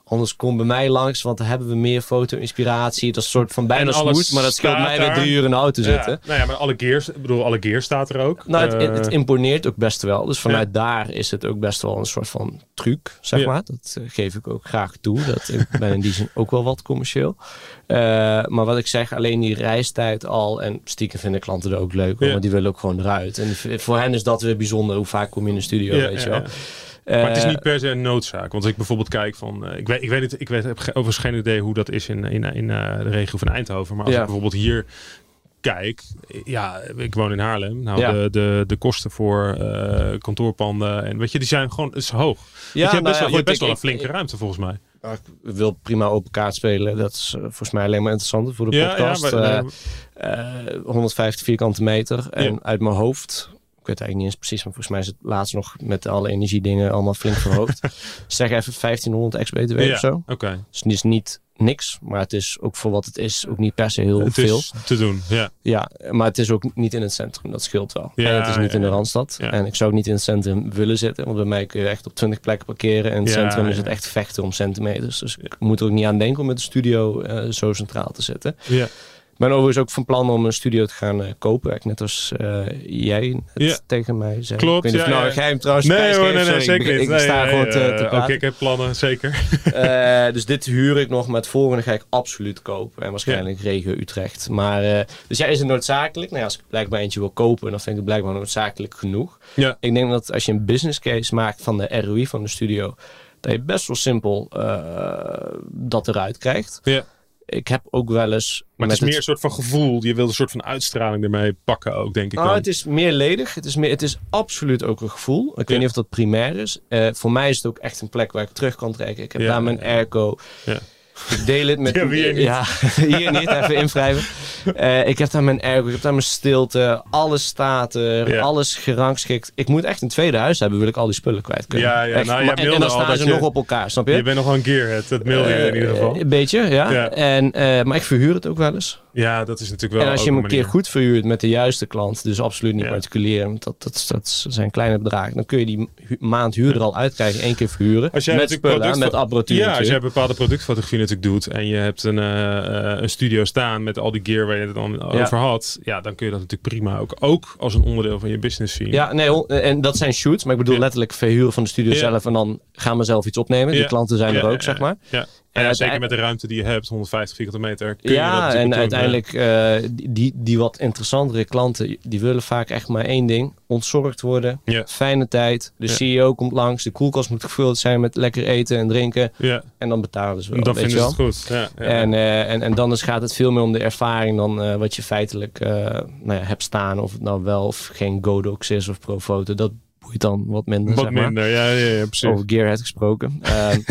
Anders kom bij mij langs, want dan hebben we meer foto-inspiratie. Dat is een soort van bijna smooth, maar dat scheelt mij weer drie uur in de auto ja. zitten. Nou ja, maar alle gears, ik bedoel, alle gear staat er ook. Nou, het, uh, het imponeert ook best wel. Dus vanuit ja. daar is het ook best wel een soort van truc, zeg ja. maar. Dat uh, geef ik ook graag toe. Dat, ik ben in die zin ook wel wat commercieel. Uh, maar wat ik zeg, alleen die reistijd al. En stiekem vinden klanten er ook leuk. Ja. Want die willen ook gewoon eruit. En die, voor hen is dat weer bijzonder. Hoe vaak kom je in de studio, ja, weet ja, je wel. Ja. Maar het is niet per se een noodzaak. Want als ik bijvoorbeeld kijk van... Uh, ik, weet, ik weet het, ik weet, heb overigens geen idee hoe dat is in, in, in uh, de regio van Eindhoven. Maar als ja. ik bijvoorbeeld hier kijk... Ja, ik woon in Haarlem. Nou, ja. de, de, de kosten voor uh, kantoorpanden... En weet je, die zijn gewoon... Het is hoog. Ja, je hebt best, nou ja, wel, je hebt best ik, wel een flinke ik, ruimte volgens mij. Ik wil prima open kaart spelen. Dat is uh, volgens mij alleen maar interessant voor de ja, podcast. Ja, maar, uh, uh, honderdvijftig vierkante meter. En ja. uit mijn hoofd... Ik weet eigenlijk niet eens precies, maar volgens mij is het laatst nog met alle energiedingen allemaal flink verhoogd. Zeg even vijftienhonderd ex-B T W ja, of zo. Oké. Okay. Dus het is niet niks, maar het is ook voor wat het is ook niet per se heel het veel. Het is te doen, ja. Ja, maar het is ook niet in het centrum, dat scheelt wel. Ja, en het is niet ja, in de Randstad. Ja. En ik zou ook niet in het centrum willen zitten, want bij mij kun je echt op twintig plekken parkeren. En in het ja, centrum is het echt vechten om centimeters. Dus ik moet er ook niet aan denken om met de studio uh, zo centraal te zetten. Ja. Ik ben overigens ook van plan om een studio te gaan uh, kopen. Net als uh, jij het ja. tegen mij zei. Klopt, ik weet ja, niet of nou, ja. ga je hem trouwens nee, prijs hoor, geven? nee, nee, Sorry, zeker ik, niet. ik nee, sta nee, gewoon te, uh, te praten. Ook ik heb plannen, zeker. uh, dus dit huur ik nog, maar het volgende ga ik absoluut kopen. En waarschijnlijk ja. regio Utrecht. Maar, uh, dus ja, is het noodzakelijk? Nou ja, als ik blijkbaar eentje wil kopen, dan vind ik het blijkbaar noodzakelijk genoeg. Ja. Ik denk dat als je een business case maakt van de R O I van de studio, dat je best wel simpel uh, dat eruit krijgt. Ja. Ik heb ook wel eens... Maar het is meer het... een soort van gevoel. Je wilt een soort van uitstraling ermee pakken ook, denk ik. Oh, het is meerledig. Het is, meer, het is absoluut ook een gevoel. Ik ja. weet niet of dat primair is. Uh, voor mij is het ook echt een plek waar ik terug kan trekken. Ik heb ja, daar mijn airco. Ja. Ik deel het met... Ja, hier niet. Ja, hier niet. Even invrijven. Uh, ik heb daar mijn airco. Ik heb daar mijn stilte. Alles staat er. Ja. Alles gerangschikt. Ik moet echt een tweede huis hebben. Wil ik al die spullen kwijt kunnen. Ja, ja. Echt, Nou, maar, en, en dan staan ze je, nog op elkaar. Snap je? Je bent nog wel een gearhead. Dat mailde je uh, in ieder geval. Een beetje, ja. ja. En, uh, maar ik verhuur het ook wel eens. Ja, dat is natuurlijk wel. En als je hem een keer goed verhuurt met de juiste klant, dus absoluut niet ja. particulier, dat, dat, dat zijn kleine bedragen, dan kun je die hu- maand huur er al uitkrijgen, één keer verhuren. Als jij met spullen, product, met apparatuur. Ja, als jij bepaalde productfotografie natuurlijk doet en je hebt een, uh, een studio staan met al die gear waar je het dan ja. over had, ja, dan kun je dat natuurlijk prima ook, ook als een onderdeel van je business zien. Ja, nee, en dat zijn shoots, maar ik bedoel ja. letterlijk verhuren van de studio ja. zelf en dan gaan we zelf iets opnemen. Ja. Die klanten zijn ja, er ook, ja, zeg maar. Ja. En ja, zeker met de ruimte die je hebt, honderdvijftig vierkante meter. Kun ja, je dat en uiteindelijk uh, die, die wat interessantere klanten, die willen vaak echt maar één ding. Ontzorgd worden, ja. fijne tijd. De ja. C E O komt langs, de koelkast moet gevuld zijn met lekker eten en drinken. Ja. En dan betalen ze wel. Dan weet vinden je ze het goed. Ja, ja, en, ja. Uh, en, en dan is, gaat het veel meer om de ervaring dan uh, wat je feitelijk uh, nou ja, hebt staan. Of het nou wel of geen Godox is of Profoto. Dat boeit dan wat minder, Wat zeg maar. minder, ja, ja, ja, precies. Over Gearhead gesproken. Um,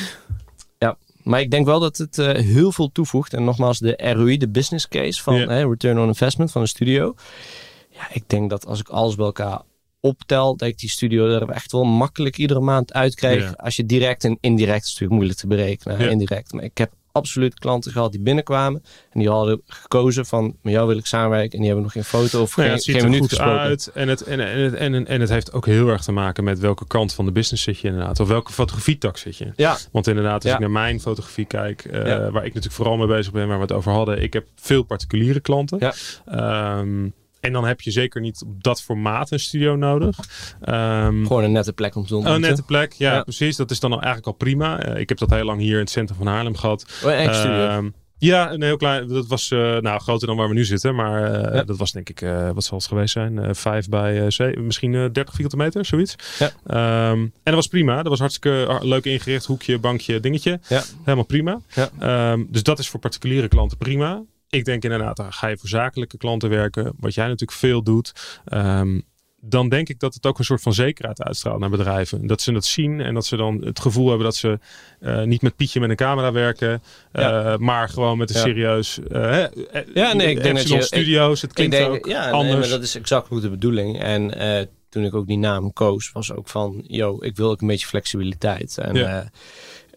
ja. Maar ik denk wel dat het uh, heel veel toevoegt. En nogmaals, de R O I, de business case van yeah. hè, return on investment van een studio. Ja, ik denk dat als ik alles bij elkaar optel, dat ik die studio er echt wel makkelijk iedere maand uitkrijg. Yeah. Als je direct en indirect, is natuurlijk moeilijk te berekenen. Yeah. Indirect. Maar ik heb absoluut klanten gehad die binnenkwamen. En die hadden gekozen van, met jou wil ik samenwerken. En die hebben nog geen foto of nou geen, ja, het ziet geen er minuut goed gesproken. Uit. En, het, en, en, het, en, en het heeft ook heel erg te maken met welke kant van de business zit je inderdaad. Of welke fotografietak zit je. Ja. Want inderdaad, als ja. ik naar mijn fotografie kijk, uh, ja. waar ik natuurlijk vooral mee bezig ben, waar we het over hadden. Ik heb veel particuliere klanten. Ja. Um, En dan heb je zeker niet op dat formaat een studio nodig. Um, Gewoon een nette plek om te ontmoeten. Een nette plek, ja, ja. precies. Dat is dan al eigenlijk al prima. Uh, ik heb dat heel lang hier in het centrum van Haarlem gehad. Oh, een eigen studio? Uh, ja, een heel klein. Dat was uh, nou groter dan waar we nu zitten. Maar uh, ja. dat was denk ik, uh, wat zal het geweest zijn? Uh, vijf bij uh, zeven, misschien uh, dertig vierkante meter, zoiets. Ja. Um, en dat was prima. Dat was hartstikke leuk ingericht. Hoekje, bankje, dingetje. Ja. Helemaal prima. Ja. Um, dus dat is voor particuliere klanten prima. Ik denk inderdaad, dan ga je voor zakelijke klanten werken. Wat jij natuurlijk veel doet. Um, dan denk ik dat het ook een soort van zekerheid uitstraalt naar bedrijven. Dat ze dat zien en dat ze dan het gevoel hebben dat ze uh, niet met Pietje met een camera werken. Ja. Uh, maar gewoon met een ja. serieus... Uh, ja, nee, ik denk dat je... Studios, het klinkt denk, ook ja, anders. Nee, maar dat is exact goed de bedoeling. En uh, toen ik ook die naam koos, was ook van... Yo, ik wil ook een beetje flexibiliteit. En... Ja. Uh,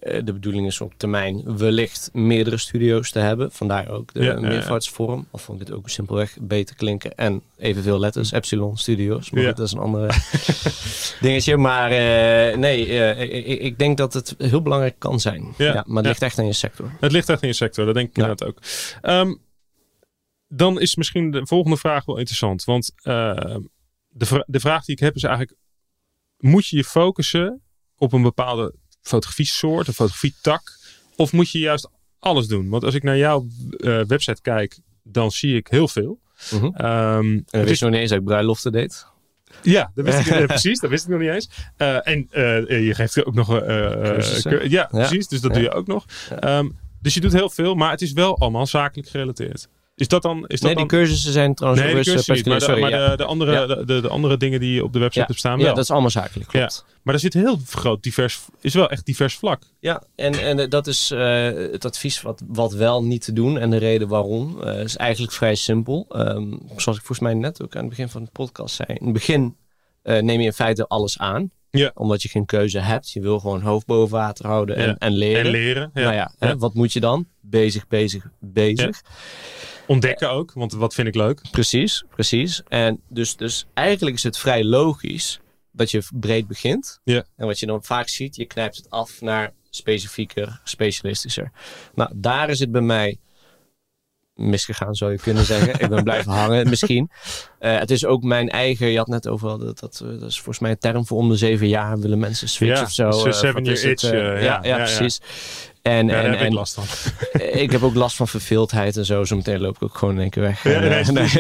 de bedoeling is op termijn wellicht meerdere studio's te hebben. Vandaar ook de ja, meervoudsvorm. Ja, ja. Of vond ik dit ook simpelweg beter klinken. En evenveel letters, Epsilon Studios. Maar ja. dat is een andere dingetje. Maar uh, nee, uh, ik, ik denk dat het heel belangrijk kan zijn. Ja, ja, maar het ja. ligt echt aan je sector. Het ligt echt in je sector, dat denk ik ja. inderdaad ook. Um, dan is misschien de volgende vraag wel interessant. Want uh, de, vra- de vraag die ik heb is eigenlijk... Moet je je focussen op een bepaalde fotografie-soort, een fotografie-tak? Of moet je juist alles doen? Want als ik naar jouw uh, website kijk, dan zie ik heel veel. Mm-hmm. Um, en dan wist je nog niet eens dat ik bruiloften deed? Ja, dat wist ik, uh, precies. Dat wist ik nog niet eens. Uh, en uh, je geeft ook nog... Uh, uh, ja, ja, precies. Dus dat ja. doe je ook nog. Um, dus je doet heel veel, maar het is wel allemaal zakelijk gerelateerd. Is dat dan... Is dat nee, dan... die cursussen zijn trouwens... Nee, die cursussen niet, maar, de, maar ja. de, de, andere, ja. de, de, de andere dingen die je op de website ja. hebt staan wel. Ja, dat is allemaal zakelijk, klopt. Ja. Maar er zit heel groot divers... Is wel echt divers vlak. Ja, en, en dat is uh, het advies wat, wat wel niet te doen. En de reden waarom uh, is eigenlijk vrij simpel. Um, zoals ik volgens mij net ook aan het begin van de podcast zei. In het begin uh, neem je in feite alles aan. Ja. Omdat je geen keuze hebt. Je wil gewoon hoofd boven water houden en, ja. en leren. En leren, ja. Nou ja, ja. Hè, wat moet je dan? Bezig, bezig, bezig. Ja. Ontdekken ook, want wat vind ik leuk. Precies, precies. En dus, dus eigenlijk is het vrij logisch dat je breed begint. Ja. En wat je dan vaak ziet, je knijpt het af naar specifieker, specialistischer. Nou, daar is het bij mij misgegaan, zou je kunnen zeggen. Ik ben blijven hangen, misschien. Uh, het is ook mijn eigen, je had net over, dat, dat, dat is volgens mij een term voor om de zeven jaar willen mensen switchen ja, of zo. So uh, seven year itch. Uh, ja, ja, ja, precies. Ja. En, ja, en, daar heb en, ik last van. Ik heb ook last van verveeldheid en zo. Zometeen loop ik ook gewoon in één keer weg. Ja, nee, en, nee,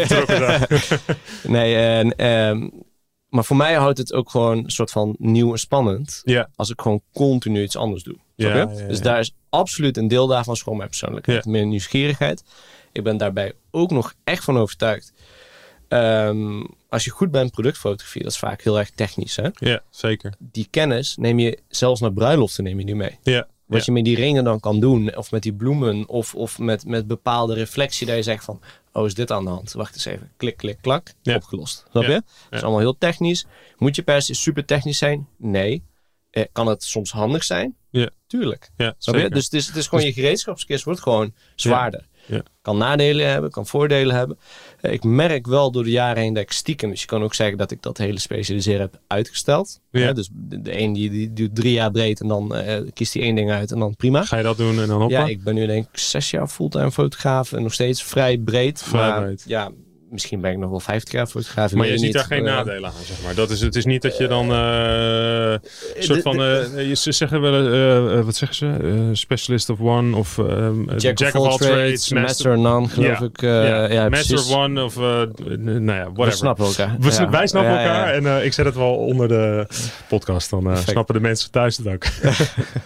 nee, en, um, maar voor mij houdt het ook gewoon een soort van nieuw en spannend. Ja. Als ik gewoon continu iets anders doe. Ja, ja, ja. Dus daar is absoluut een deel daarvan gewoon mijn persoonlijkheid. Ja. Meer nieuwsgierigheid. Ik ben daarbij ook nog echt van overtuigd. Um, als je goed bent productfotografie, dat is vaak heel erg technisch. Hè? Ja, zeker. Die kennis neem je zelfs naar bruiloften neem je nu mee. Ja. Wat ja. je met die ringen dan kan doen, of met die bloemen, of, of met, met bepaalde reflectie, dat je zegt van, oh, is dit aan de hand? Wacht eens even, klik, klik, klak, ja. opgelost. Snap je? Ja. Dat is ja. allemaal heel technisch. Moet je per se super technisch zijn? Nee. Eh, kan het soms handig zijn? Ja. Tuurlijk. Ja, Snap je? Dus het is, het is gewoon, dus... je gereedschapskist wordt gewoon zwaarder. Ja. Ja. Kan nadelen hebben, kan voordelen hebben. Uh, ik merk wel door de jaren heen dat ik stiekem, dus je kan ook zeggen dat ik dat hele specialiseren heb uitgesteld. Ja. Uh, dus de, de een die, die doet drie jaar breed en dan uh, kiest hij één ding uit en dan prima. Ga je dat doen en dan hoppa? Ja, ik ben nu denk ik zes jaar fulltime fotograaf en nog steeds vrij breed. Vrij maar, breed. Ja, misschien ben ik nog wel vijftig jaar fotograaf. Maar je ziet niet, daar geen uh, nadelen aan, zeg maar. Dat is, het is niet dat je dan uh, een soort van, uh, je zeggen wel, uh, wat zeggen ze? Uh, specialist of one of um, Jack, Jack of all, all trades, trades master, master of none, geloof ja, ik. Uh, ja. Ja, master of one of, uh, nou ja, whatever. We snappen elkaar. We, ja. Wij snappen ja, elkaar ja. en uh, ik zet het wel onder de podcast. Dan uh, snappen de mensen thuis het ook. uh,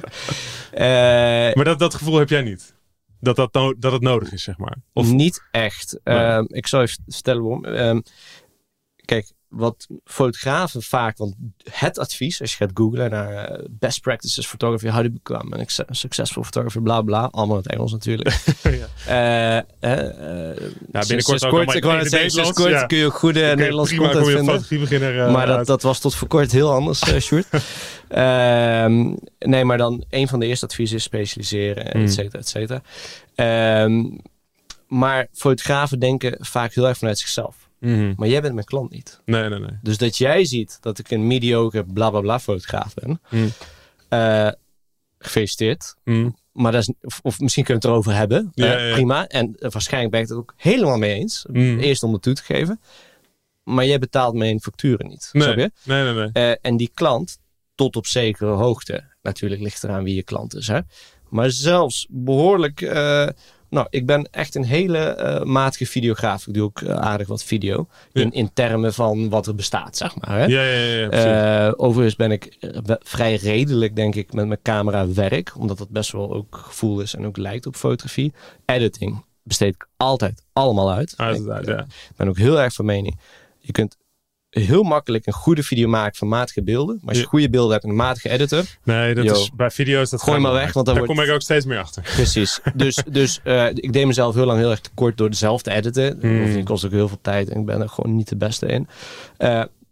maar dat, dat gevoel heb jij niet? Dat, dat, no- dat het nodig is, zeg maar? Of... Niet echt. Nee. Um, ik zal even vertellen waarom. Um, kijk, wat fotografen vaak... Want het advies, als je gaat googlen naar uh, best practices photography, how to become an ex- successful photographer, bla bla. Allemaal in het Engels natuurlijk. ja. uh, uh, uh, ja, binnenkort ook kort, ik wou het zeggen, sinds kort ja. kun je ook goede okay, Nederlandse prima, content kom je vinden. Beginner, uh, maar dat, dat was tot voor kort heel anders, uh, Sjoerd. um, nee, maar dan een van de eerste adviezen is specialiseren, mm. et cetera, et cetera. Um, maar fotografen denken vaak heel erg vanuit zichzelf. Mm-hmm. Maar jij bent mijn klant niet. Nee, nee, nee. Dus dat jij ziet dat ik een mediocre bla bla bla fotograaf ben. Mm. Uh, gefeliciteerd. Mm. Maar dat is, of, of misschien kunnen we het erover hebben. Ja, uh, ja. Prima. En uh, waarschijnlijk ben ik het ook helemaal mee eens. Mm. Eerst om het toe te geven. Maar jij betaalt mijn facturen niet. Nee. Snap je? Nee, nee, nee. Uh, en die klant, tot op zekere hoogte. Natuurlijk ligt eraan wie je klant is. Hè? Maar zelfs behoorlijk... Uh, Nou, ik ben echt een hele uh, matige videograaf. Ik doe ook uh, aardig wat video. In, ja. in termen van wat er bestaat, zeg maar. Hè? Ja, ja, ja, ja, uh, overigens ben ik uh, vrij redelijk, denk ik, met mijn camera werk. Omdat dat best wel ook gevoel is en ook lijkt op fotografie. Editing besteed ik altijd allemaal uit. Uiteraard, ik ja. ben ook heel erg van mening. Je kunt heel makkelijk een goede video maken van matige beelden. Maar als je ja. goede beelden hebt en een matige editor... Nee, dat yo, is bij video's... Dat gooi maar weg. Want dan daar wordt... kom ik ook steeds meer achter. Precies. Dus, dus uh, ik deed mezelf heel lang heel erg tekort door dezelfde te editen. Mm. Het kost ook heel veel tijd en ik ben er gewoon niet de beste in. Uh,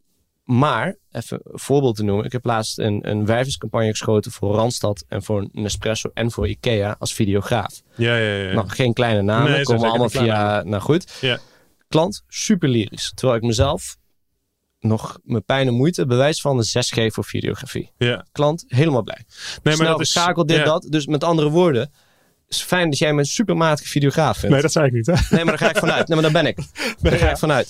Maar, even een voorbeeld te noemen. Ik heb laatst een, een wervingscampagne geschoten voor Randstad en voor Nespresso en voor Ikea als videograaf. Ja, ja, ja. Nou, geen kleine namen, nee, komen allemaal via, nou goed. Ja. Klant, super lyrisch. Terwijl ik mezelf nog met pijn en moeite bewijs van de zes geef voor videografie. Ja. Klant, helemaal blij. Nee, maar dat is schakeld dit, ja. dat. Dus met andere woorden, het is fijn dat jij me een supermatige videograaf vindt. Nee, dat zei ik niet, hè? Nee, maar daar ga ik vanuit. Nee, maar daar ben ik. Daar nee, ga ja. ik vanuit.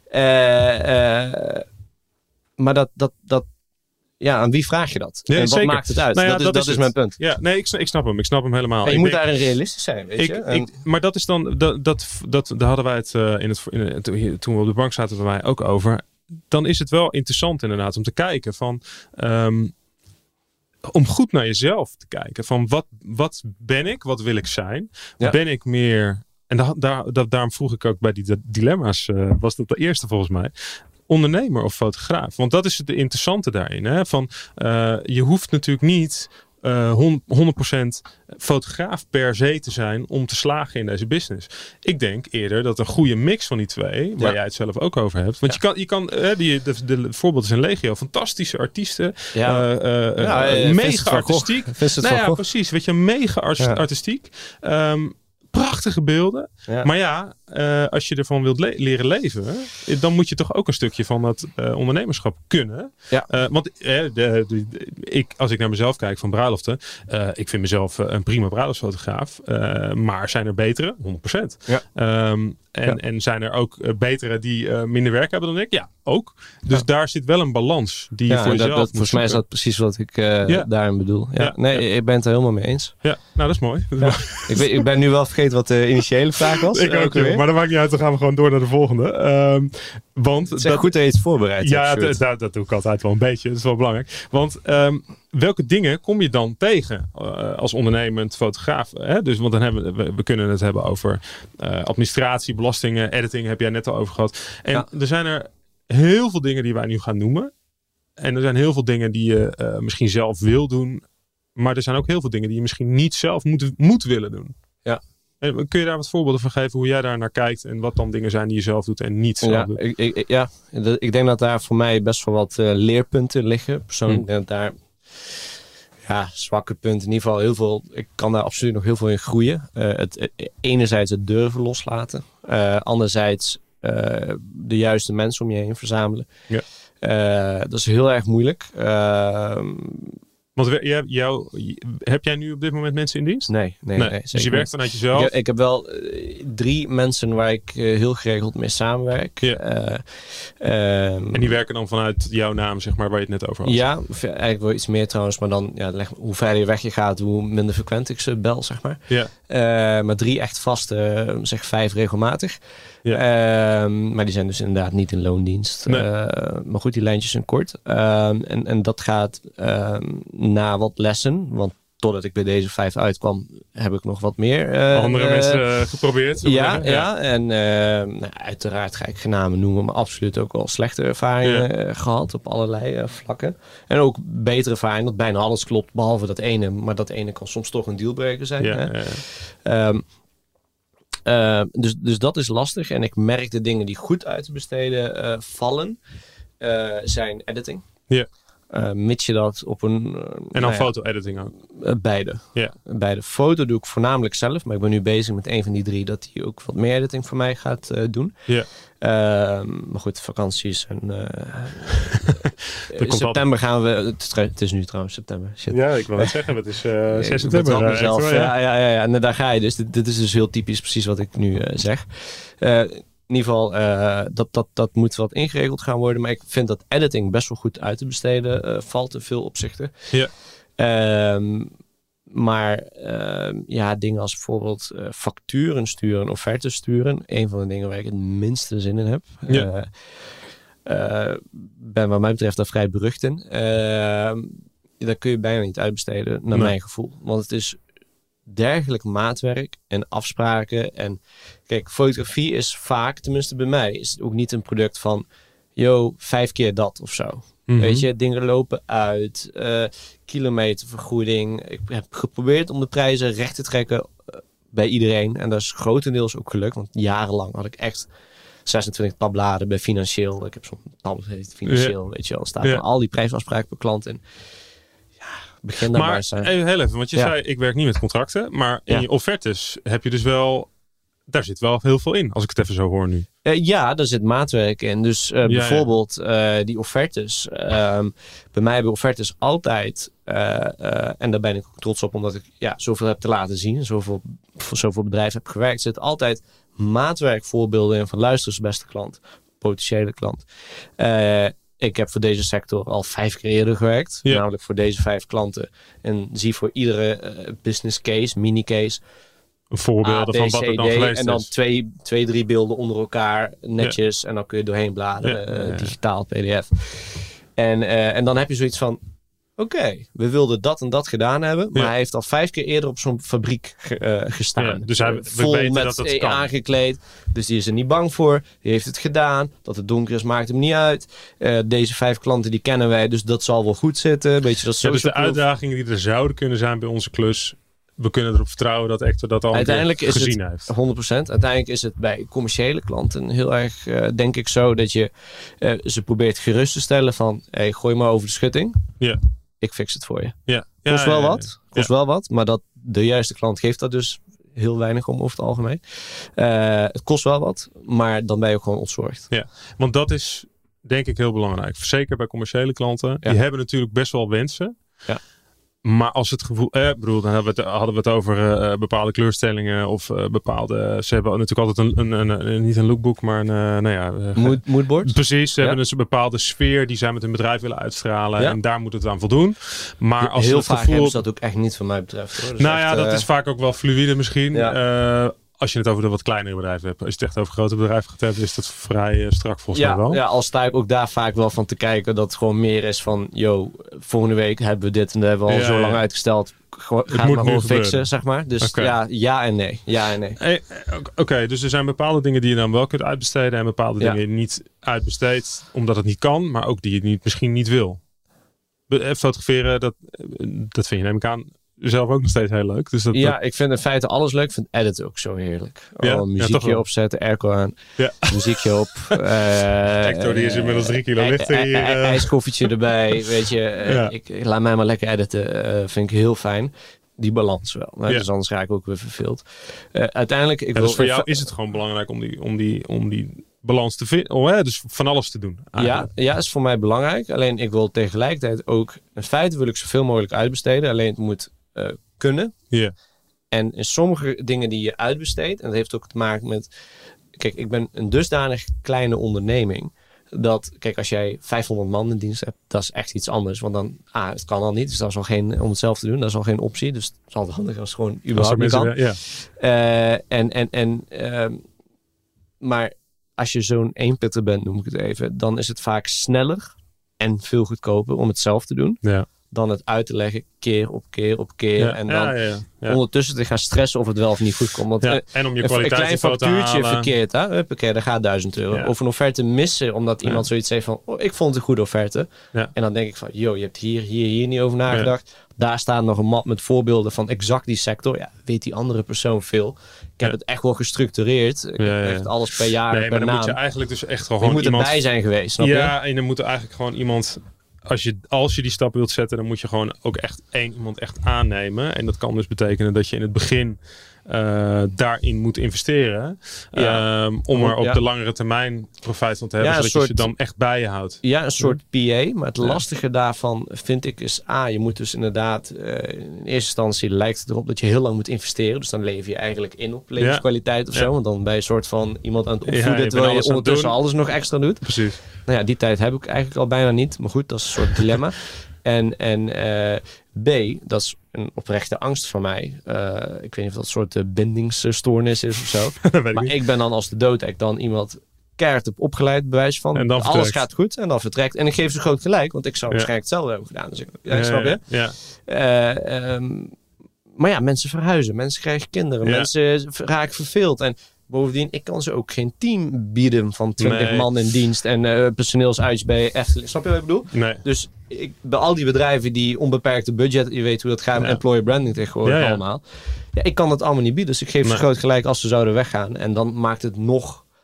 Uh, uh, maar dat, dat, dat, ja, aan wie vraag je dat? Ja, en wat zeker. maakt het uit? Nou ja, dat is, dat dat is, is mijn punt. Ja, nee, ik, ik snap hem. Ik snap hem helemaal. En je ik moet denk, daarin realistisch zijn, weet ik, je? Ik, maar dat is dan, dat, dat, dat, daar hadden wij het uh, in het, in, toen we op de bank zaten bij mij ook over. Dan is het wel interessant inderdaad om te kijken van, um, om goed naar jezelf te kijken. Van wat, wat ben ik? Wat wil ik zijn? Ja. Ben ik meer, en da, daar, da, daarom vroeg ik ook bij die dilemma's, uh, was dat de eerste volgens mij. Ondernemer of fotograaf. Want dat is het interessante daarin. Hè? Van, uh, je hoeft natuurlijk niet uh, honderd procent fotograaf per se te zijn om te slagen in deze business. Ik denk eerder dat een goede mix van die twee, waar ja. jij het zelf ook over hebt. Want ja. je kan, je kan uh, die, de, de, de voorbeeld is een legio. Fantastische artiesten. Ja. Uh, uh, ja, uh, mega artistiek. Nou ja, precies. Weet je, mega art- ja. artistiek. Um, prachtige beelden. Ja. Maar ja, uh, als je ervan wilt le- leren leven, dan moet je toch ook een stukje van dat uh, ondernemerschap kunnen. Ja. Uh, want uh, de, de, de, ik, als ik naar mezelf kijk van bruiloften, uh, ik vind mezelf uh, een prima bruiloftsfotograaf. Uh, maar zijn er betere? honderd procent. Ja. Um, en, ja. en zijn er ook uh, betere die uh, minder werk hebben dan ik? Ja, ook. Dus ja. daar zit wel een balans die je ja, voor jezelf dat, dat, moet volgens mij is dat precies wat ik uh, ja. daarin bedoel. Ja. Ja. Nee, ja. ik ben het er helemaal mee eens. Ja, nou dat is mooi. Dat ja. is mooi. ik, ben, ik ben nu wel vergeten wat de initiële vraag was. Ik ook, ook maar dat maakt niet uit. Dan gaan we gewoon door naar de volgende. Um, want het is dat, goed dat je iets voorbereid ja, hebt. Ja, d- d- dat doe ik altijd wel een beetje. Dat is wel belangrijk. Want um, welke dingen kom je dan tegen uh, als ondernemend fotograaf? Hè? Dus, want dan hebben we, we kunnen het hebben over uh, administratie, belastingen, editing, heb jij net al over gehad. En ja. er zijn er heel veel dingen die wij nu gaan noemen. En er zijn heel veel dingen die je uh, misschien zelf wil doen. Maar er zijn ook heel veel dingen die je misschien niet zelf moet, moet willen doen. Ja. En kun je daar wat voorbeelden van geven hoe jij daar naar kijkt en wat dan dingen zijn die je zelf doet en niet zelf ja, doet? Ik, ik, ja, ik denk dat daar voor mij best wel wat uh, leerpunten liggen. Persoonlijk denk dat daar ja, zwakke punten, in ieder geval heel veel. Ik kan daar absoluut nog heel veel in groeien. Uh, het, het, enerzijds het durven loslaten. Uh, anderzijds uh, de juiste mensen om je heen verzamelen. Ja. Uh, dat is heel erg moeilijk. Uh, Want jij, jou, heb jij nu op dit moment mensen in dienst? Nee. nee, nee. nee dus je werkt vanuit jezelf? Ik heb, ik heb wel uh, drie mensen waar ik uh, heel geregeld mee samenwerk. Ja. Uh, um, en die werken dan vanuit jouw naam, zeg maar, waar je het net over had? Ja, eigenlijk wel iets meer trouwens. Maar dan, ja, hoe verder weg je gaat, hoe minder frequent ik ze bel, zeg maar. Ja. Uh, maar drie echt vaste, uh, zeg vijf regelmatig. Ja. Uh, maar die zijn dus inderdaad niet in loondienst. Nee. Uh, maar goed, die lijntjes zijn kort. Uh, en, en dat gaat uh, na wat lessen. Want totdat ik bij deze vijf uitkwam, heb ik nog wat meer. Uh, Andere uh, mensen uh, geprobeerd. Ja, ja, ja. En uh, nou, uiteraard ga ik geen namen noemen. Maar absoluut ook wel slechte ervaringen ja. uh, gehad op allerlei uh, vlakken. En ook betere ervaringen. Dat bijna alles klopt, behalve dat ene. Maar dat ene kan soms toch een dealbreaker zijn. Ja, hè? ja, ja. Um, Uh, dus, dus dat is lastig. En ik merk de dingen die goed uit te besteden uh, vallen, uh, zijn editing. Ja. Uh, mits je dat op een... Uh, en dan nou ja, foto-editing ook? Uh, beide. Ja. Beide. Foto doe ik voornamelijk zelf. Maar ik ben nu bezig met een van die drie dat hij ook wat meer editing voor mij gaat uh, doen. Ja. Uh, maar goed, vakanties en uh, in september gaan we... Het, het is nu trouwens september. Shit. Ja, ik wil het zeggen. Het is uh, zes september. Uh, mezelf, wel, ja. Ja, ja, ja. En daar ga je dus. Dit, dit is dus heel typisch precies wat ik nu uh, zeg. Uh, in ieder geval, uh, dat, dat, dat moet wat ingeregeld gaan worden. Maar ik vind dat editing best wel goed uit te besteden uh, valt in veel opzichten. Ja. Um, maar uh, ja, dingen als bijvoorbeeld uh, facturen sturen, offertes sturen. Een van de dingen waar ik het minste zin in heb. Ja. Uh, uh, ben wat mij betreft daar vrij berucht in. Uh, daar kun je bijna niet uitbesteden, naar nee. mijn gevoel. Want het is dergelijk maatwerk en afspraken. En kijk, fotografie is vaak, tenminste bij mij, is het ook niet een product van, yo, vijf keer dat of zo. Mm-hmm. Weet je, dingen lopen uit, uh, kilometervergoeding. Ik heb geprobeerd om de prijzen recht te trekken uh, bij iedereen. En dat is grotendeels ook gelukt, want jarenlang had ik echt zesentwintig tabbladen bij Financieel. Ik heb zo'n tab, dat heet Financieel, ja. weet je wel. Staat ja. al die prijsafspraken per klant in. Ja, begin daar maar eens. Maar heel even, want je ja. zei, ik werk niet met contracten. Maar in ja. je offertes heb je dus wel... Daar zit wel heel veel in, als ik het even zo hoor nu. Uh, ja, daar zit maatwerk in. Dus uh, ja, bijvoorbeeld uh, die offertes. Uh, bij mij hebben offertes altijd... Uh, uh, en daar ben ik ook trots op, omdat ik ja, zoveel heb te laten zien. Zoveel, voor zoveel bedrijven heb gewerkt. Er zit altijd maatwerkvoorbeelden in van luister eens beste klant. Potentiële klant. Uh, ik heb voor deze sector al vijf keer eerder gewerkt. Ja. Namelijk voor deze vijf klanten. En zie voor iedere uh, business case, mini case... voorbeelden van wat er dan geweest is. En dan twee, twee, drie beelden onder elkaar, netjes. Ja. En dan kun je doorheen bladeren, ja, ja, ja. digitaal, P D F. En, uh, en dan heb je zoiets van... Oké, okay, we wilden dat en dat gedaan hebben. Maar ja. hij heeft al vijf keer eerder op zo'n fabriek ge, uh, gestaan. Ja, dus hij, we vol weten met dat het kan. Aangekleed. Dus die is er niet bang voor. Die heeft het gedaan. Dat het donker is, maakt hem niet uit. Uh, deze vijf klanten die kennen wij. Dus dat zal wel goed zitten. Beetje dat ja, dus de proof. Uitdagingen die er zouden kunnen zijn bij onze klus... We kunnen erop vertrouwen dat Ector dat al uiteindelijk is gezien het heeft. honderd procent. Uiteindelijk is het bij commerciële klanten heel erg, uh, denk ik zo, dat je uh, ze probeert gerust te stellen van, hey, gooi maar over de schutting. Ja. Ik fix het voor je. Ja. Ja, kost wel ja, ja, ja. wat. Kost ja. wel wat. Maar dat de juiste klant geeft dat dus heel weinig om over het algemeen. Uh, het kost wel wat. Maar dan ben je ook gewoon ontzorgd. Ja. Want dat is denk ik heel belangrijk. Zeker bij commerciële klanten. Ja. Die hebben natuurlijk best wel wensen. Ja. Maar als het gevoel... Eh, bedoel, dan hadden we het, hadden we het over uh, bepaalde kleurstellingen of uh, bepaalde... Ze hebben natuurlijk altijd een... een, een, een niet een lookbook, maar een... Uh, nou ja, uh, Mood, moodboard? Precies. Ze ja. hebben dus een bepaalde sfeer die zij met hun bedrijf willen uitstralen. Ja. En daar moet het aan voldoen. Maar als heel het vaak gevoel... hebben ze dat ook echt niet van mij betreft. Hoor. Dus nou echt, ja, dat uh... is vaak ook wel fluïde misschien. Ja. Uh, als je het over de wat kleinere bedrijven hebt. Als je het echt over grote bedrijven gaat hebben, is dat vrij uh, strak volgens ja, mij wel. Ja, al sta ik ook daar vaak wel van te kijken dat het gewoon meer is van, yo, volgende week hebben we dit en dat hebben we al ja, zo lang ja. uitgesteld. Ga het maar gewoon fixen, gebeuren. Zeg maar. Dus okay. ja, ja en nee. Ja en nee. Hey, Oké, okay, dus er zijn bepaalde dingen die je dan wel kunt uitbesteden en bepaalde ja. dingen die je niet uitbesteedt omdat het niet kan, maar ook die je niet, misschien niet wil. Fotograferen, dat, dat vind je neem ik aan zelf ook nog steeds heel leuk. Dus dat, ja, dat... ik vind in feite alles leuk. Ik vind edit ook zo heerlijk. Ja, oh, muziekje ja, opzetten, airco aan, ja. muziekje op. uh, Hector, die is inmiddels drie kilo lichter hier. Uh... IJskoffietje erbij, weet je. Uh, ja. ik, ik laat mij maar lekker editen. Uh, vind ik heel fijn. Die balans wel. Ja. Dus anders ga ik ook weer verveeld. Uh, uiteindelijk... Ik ja, wil dus voor jou is het gewoon belangrijk om die... Om die, om die balans te vinden. Oh, hè? Dus van alles te doen. Ja, ja, is voor mij belangrijk. Alleen ik wil tegelijkertijd ook... In feite wil ik zoveel mogelijk uitbesteden. Alleen het moet uh, kunnen. Yeah. En in sommige dingen die je uitbesteedt... En dat heeft ook te maken met... Kijk, ik ben een dusdanig kleine onderneming... Dat, kijk, als jij vijfhonderd man in dienst hebt... Dat is echt iets anders. Want dan... Ah, het kan al niet. Dus dat is al geen... Om het zelf te doen. Dat is al geen optie. Dus het is altijd handig als het gewoon überhaupt niet kan. Ja. Uh, en... en, en uh, maar... Als je zo'n eenpitter bent, noem ik het even... dan is het vaak sneller en veel goedkoper om het zelf te doen... Ja. dan het uit te leggen keer op keer op keer. Ja. En dan ja, ja, ja. ondertussen te gaan stressen of het wel of niet goed komt. Want, ja. uh, En om je kwaliteitsfoto te halen. Een klein factuurtje verkeerd, hè? Huppakee, daar gaat duizend euro. Ja. Of een offerte missen, omdat iemand ja. zoiets zegt van... Oh, ik vond het een goede offerte. Ja. En dan denk ik van... Yo, je hebt hier, hier, hier niet over nagedacht. Ja. Daar staat nog een map met voorbeelden van exact die sector. Ja, weet die andere persoon veel. Ik heb ja. het echt wel gestructureerd. Ik ja, heb echt ja. alles per jaar, nee, per maar dan naam. moet je eigenlijk dus echt gewoon je moet iemand... erbij zijn geweest, snap ja, je? en dan moet er eigenlijk gewoon iemand... Als je, als je die stap wilt zetten, dan moet je gewoon ook echt één iemand echt aannemen. En dat kan dus betekenen dat je in het begin uh, daarin moet investeren. Ja. Um, om er op ja. de langere termijn profijt van te hebben. Ja, zodat soort, je ze dan echt bij je houdt. Ja, een soort P A. Maar het lastige ja. daarvan vind ik is... A, je moet dus inderdaad... Uh, in eerste instantie lijkt het erop dat je heel lang moet investeren. Dus dan lever je eigenlijk in op levenskwaliteit ja. of zo. Want dan ben je een soort van iemand aan het opvoeden. Ja, terwijl je ondertussen alles nog extra doet. Precies. Nou ja, die tijd heb ik eigenlijk al bijna niet. Maar goed, dat is een soort dilemma. En, en uh, B, dat is een oprechte angst van mij. Uh, ik weet niet of dat een soort uh, bindingsstoornis is of zo. Maar ik, ik ben dan als de doodek dan iemand keihard heb opgeleid. Bewijs van en alles vertrekt. Gaat goed en dan vertrekt. En ik geef ze groot gelijk. Want ik zou ja. waarschijnlijk hetzelfde hebben gedaan. Dus ik, ja, uh, snap je? Ja. Uh, um, maar ja, mensen verhuizen. Mensen krijgen kinderen. Ja. Mensen raken verveeld. En bovendien, ik kan ze ook geen team bieden van twintig nee. man in dienst en uh, personeelsuitjes bij Efteling. Snap je wat ik bedoel? Nee. Dus ik, bij al die bedrijven die onbeperkte budget, je weet hoe dat gaat met ja. employer branding tegenwoordig ja, ja. allemaal. Ja, ik kan dat allemaal niet bieden. Dus ik geef nee. ze groot gelijk als ze zouden weggaan. En dan maakt het nog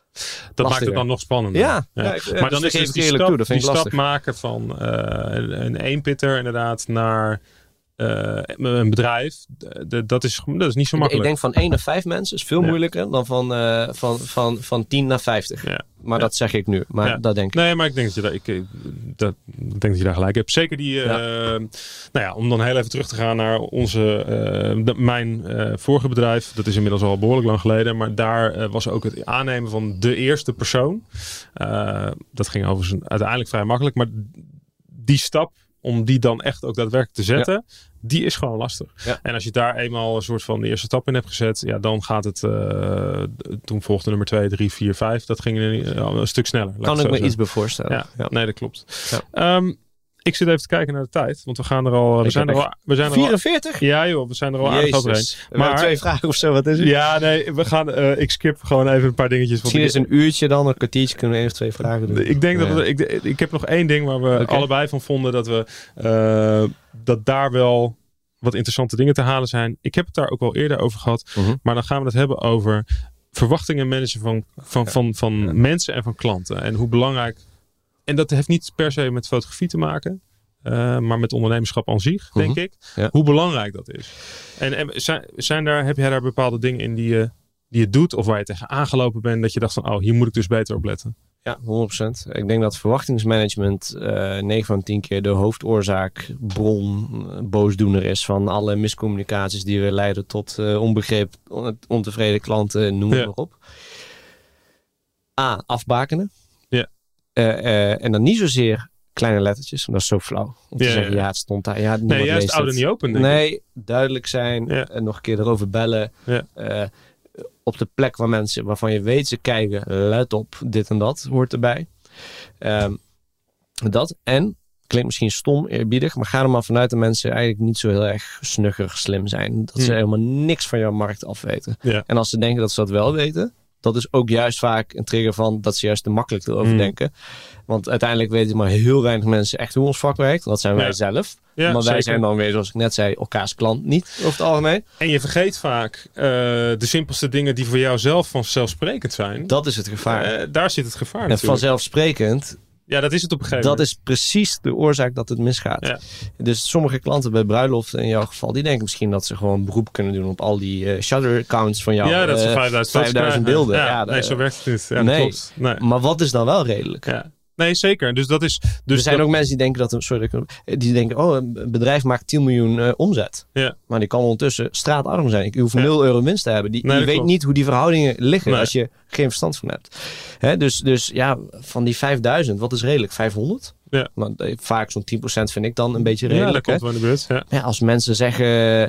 Dat maakt het dan nog spannender. Ja, ja. ja ik, maar dan dus is dus die eerlijk stap, toe, dat vind die ik stap lastig. maken van uh, een, een eenpitter inderdaad naar uh, een bedrijf. De, dat, is, dat is niet zo makkelijk. Ik denk van één naar vijf mensen is veel ja. moeilijker dan van, uh, van, van, van tien naar vijftig. Ja. Maar ja. dat zeg ik nu. Maar ja. dat denk ik. Nee, maar ik denk dat je daar, ik, dat, ik denk dat je daar gelijk hebt. Zeker die, uh, ja. nou ja, om dan heel even terug te gaan naar onze, uh, de, mijn uh, vorige bedrijf. Dat is inmiddels al behoorlijk lang geleden. Maar daar uh, was ook het aannemen van de eerste persoon. Uh, dat ging overigens uiteindelijk vrij makkelijk. Maar die stap om die dan echt ook daadwerkelijk te zetten, ja. die is gewoon lastig. Ja. En als je daar eenmaal een soort van de eerste stap in hebt gezet, ja, dan gaat het, uh, toen volgde nummer twee, drie, vier, vijf. Dat ging een, een stuk sneller. Kan ik me iets bij voorstellen. Ja, ja. Nee, dat klopt. Ja. Um, ik zit even te kijken naar de tijd, want we gaan er al. We ik zijn er al. We zijn er vierenveertig? Al, ja, joh, we zijn er al aardig overheen. Maar twee vragen of zo, wat is het? Ja, nee, we gaan. Uh, ik skip gewoon even een paar dingetjes. Misschien is een uurtje dan, een kwartiertje kunnen we één of twee vragen doen. Ik denk ja. dat we, ik, ik heb nog één ding waar we okay. allebei van vonden dat we uh, dat daar wel wat interessante dingen te halen zijn. Ik heb het daar ook wel eerder over gehad, uh-huh. maar dan gaan we het hebben over verwachtingen managen van van ja. van, van ja. mensen en van klanten en hoe belangrijk. En dat heeft niet per se met fotografie te maken. Uh, maar met ondernemerschap aan zich, denk uh-huh. ik. Ja. Hoe belangrijk dat is. En, en zijn, zijn daar, heb jij daar bepaalde dingen in die je, die je doet? Of waar je tegen aangelopen bent. Dat je dacht van, oh, hier moet ik dus beter op letten. Ja, honderd procent. Ik denk dat verwachtingsmanagement uh, negen van tien keer de hoofdoorzaak, bron, boosdoener is van alle miscommunicaties die weer leiden tot uh, onbegrip, on- ontevreden klanten, noem het ja. maar op. A, afbakenen. Ja. Uh, uh, en dan niet zozeer kleine lettertjes, dat is zo flauw. Om te yeah, zeggen, ja, het stond daar. Ja, nee, juist het oude niet open. Denk nee, ik. duidelijk zijn. Yeah. En nog een keer erover bellen. Yeah. Uh, op de plek waar mensen, waarvan je weet, ze kijken, let op, dit en dat hoort erbij. Um, dat. En, klinkt misschien stom, eerbiedig, maar ga er maar vanuit dat mensen eigenlijk niet zo heel erg snugger slim zijn. Dat hmm. ze helemaal niks van jouw markt afweten. Yeah. En als ze denken dat ze dat wel weten, dat is ook juist vaak een trigger van dat ze juist te makkelijk erover mm. denken. Want uiteindelijk weten maar heel weinig mensen echt hoe ons vak werkt. Dat zijn wij ja. zelf. Ja, maar wij zeker. zijn dan weer, zoals ik net zei, elkaars klant niet over het algemeen. En je vergeet vaak uh, de simpelste dingen die voor jou zelf vanzelfsprekend zijn. Dat is het gevaar. Uh, daar zit het gevaar en natuurlijk. Vanzelfsprekend. Ja, dat is het op een gegeven dat moment. Dat is precies de oorzaak dat het misgaat. Ja. Dus sommige klanten bij bruiloften in jouw geval, die denken misschien dat ze gewoon beroep kunnen doen op al die uh, shutter accounts van jou. Ja, dat uh, ze vijfduizend beelden. Ja, ja, nee, de, zo werkt het niet. Ja, nee, klopt. Nee, maar wat is dan wel redelijk? Ja. Nee, zeker. Dus dat is. Dus er zijn dat... ook mensen die denken dat een, sorry, die denken, oh, een bedrijf maakt tien miljoen uh, omzet. Ja. Maar die kan ondertussen straatarm zijn. Ik hoef ja. nul euro winst te hebben. Die, nee, die weet klopt. niet hoe die verhoudingen liggen nee. als je geen verstand van hebt. Hè, dus, dus ja, van die vijfduizend, wat is redelijk? vijfhonderd? Ja. Maar vaak zo'n tien procent vind ik dan een beetje redelijk. Ja, dat komt wel in de buurt. Ja. Ja, als mensen zeggen,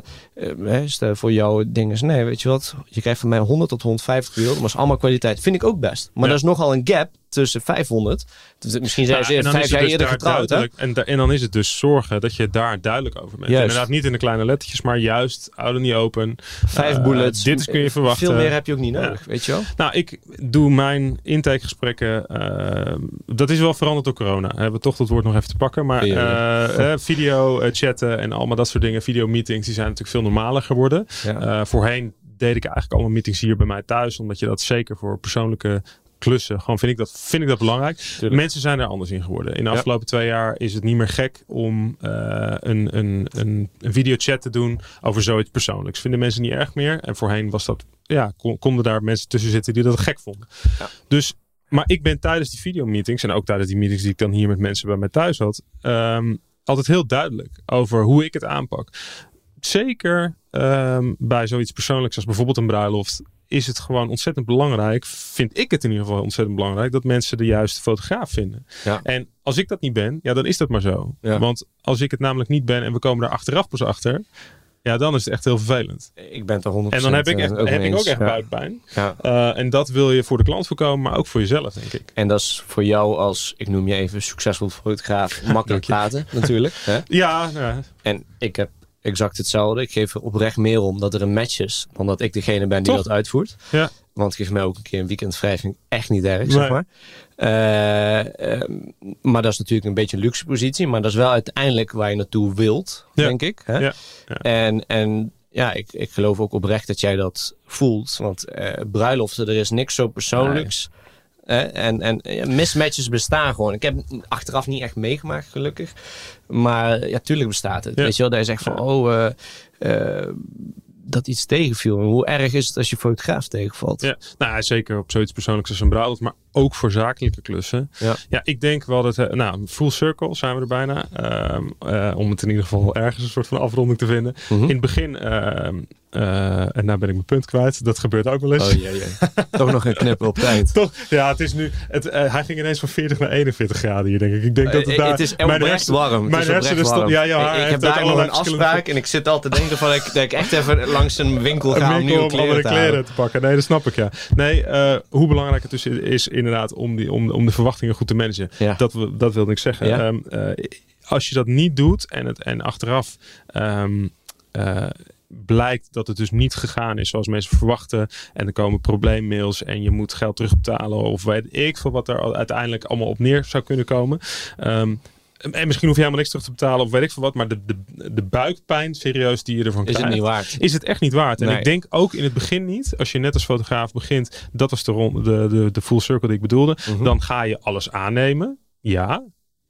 uh, stel voor jou dingen, nee, weet je wat, je krijgt van mij honderd tot honderdvijftig beelden, maar is allemaal kwaliteit. Vind ik ook best. Maar ja. er is nogal een gap tussen vijfhonderd. Misschien zijn ze ja, vijf jaar dus eerder getrouwd. Hè? En, da- en dan is het dus zorgen dat je daar duidelijk over bent. Inderdaad niet in de kleine lettertjes, maar juist oude niet open. Vijf uh, bullets. Dit kun je verwachten. Veel meer heb je ook niet nodig, ja. weet je wel? Nou, ik doe mijn intakegesprekken. Uh, dat is wel veranderd door corona. Hebben we toch dat woord nog even te pakken. Maar uh, uh, video, uh, chatten en allemaal dat soort dingen. Videomeetings, die zijn natuurlijk veel normaler geworden. Ja. Uh, voorheen deed ik eigenlijk allemaal meetings hier bij mij thuis. Omdat je dat zeker voor persoonlijke klussen. Gewoon vind ik dat, vind ik dat belangrijk. Tuurlijk. Mensen zijn er anders in geworden. In de afgelopen ja. twee jaar is het niet meer gek om uh, een, een, een, een videochat te doen over zoiets persoonlijks. Vinden mensen niet erg meer. En voorheen was dat, ja, kon, konden daar mensen tussen zitten die dat gek vonden. Ja. Dus, maar ik ben tijdens die videomeetings en ook tijdens die meetings die ik dan hier met mensen bij mij thuis had, um, altijd heel duidelijk over hoe ik het aanpak. Zeker um, bij zoiets persoonlijks als bijvoorbeeld een bruiloft is het gewoon ontzettend belangrijk, vind ik het in ieder geval ontzettend belangrijk, dat mensen de juiste fotograaf vinden. Ja. En als ik dat niet ben, ja, dan is dat maar zo. Ja. Want als ik het namelijk niet ben en we komen daar achteraf pas achter, ja, dan is het echt heel vervelend. Ik ben er honderd procent en dan heb ik, echt, ook, heb ik ook echt ja. buikpijn. Ja. Uh, en dat wil je voor de klant voorkomen, maar ook voor jezelf, denk ik. En dat is voor jou als, ik noem je even succesvol fotograaf, makkelijk praten natuurlijk. Hè? Ja, ja. En ik heb exact hetzelfde. Ik geef er oprecht meer om dat er een match is dan dat ik degene ben die Toch? dat uitvoert. Ja. Want geef mij ook een keer een weekend vrij, vind ik echt niet erg, nee. zeg maar. Uh, uh, maar dat is natuurlijk een beetje een luxe positie, maar dat is wel uiteindelijk waar je naartoe wilt, ja. denk ik. Hè? Ja. Ja. En, en ja, ik, ik geloof ook oprecht dat jij dat voelt. Want uh, bruiloften, er is niks zo persoonlijks. Nee. Hè? En, en mismatches bestaan gewoon. Ik heb het achteraf niet echt meegemaakt, gelukkig. Maar ja, tuurlijk bestaat het. Ja. Weet je wel, dat je zegt van, oh... Uh, uh, dat iets tegenviel. En hoe erg is het als je fotograaf tegenvalt? Ja, nou, zeker op zoiets persoonlijks als een bruiloft, maar ook voor zakelijke klussen. Ja, ja ik denk wel dat... Nou, full circle zijn we er bijna. Um, uh, om het in ieder geval ergens een soort van afronding te vinden. Mm-hmm. In het begin... Uh, Uh, en nou ben ik mijn punt kwijt. Dat gebeurt ook wel eens. Oh, jee, jee. Toch nog een knippen op tijd. Toch, ja, het is nu... Het, uh, hij ging ineens van veertig naar eenenveertig graden hier, denk ik. Ik denk uh, dat het daar... Het is oprecht warm. Mijn hersenen stond... Ja, jouw haar ik, ik heb daar nog een afspraak en ik zit al te denken van ik, dat ik echt even langs een winkel ga om nieuwe kleren, te, kleren te pakken. Nee, dat snap ik, ja. Nee, uh, hoe belangrijk het dus is inderdaad om, die, om, om de verwachtingen goed te managen. Ja. Dat, dat wilde ik zeggen. Ja. Um, uh, als je dat niet doet en, het, en achteraf... Um, uh, blijkt dat het dus niet gegaan is zoals mensen verwachten. En er komen probleemmails en je moet geld terugbetalen. Of weet ik veel wat er uiteindelijk allemaal op neer zou kunnen komen. Um, en misschien hoef je helemaal niks terug te betalen of weet ik veel wat. Maar de, de, de buikpijn serieus die je ervan krijgt. Is het niet waard? Is het echt niet waard. En nee. Ik denk ook in het begin niet. Als je net als fotograaf begint. Dat was de, ronde, de, de, de full circle die ik bedoelde. Mm-hmm. Dan ga je alles aannemen. Ja.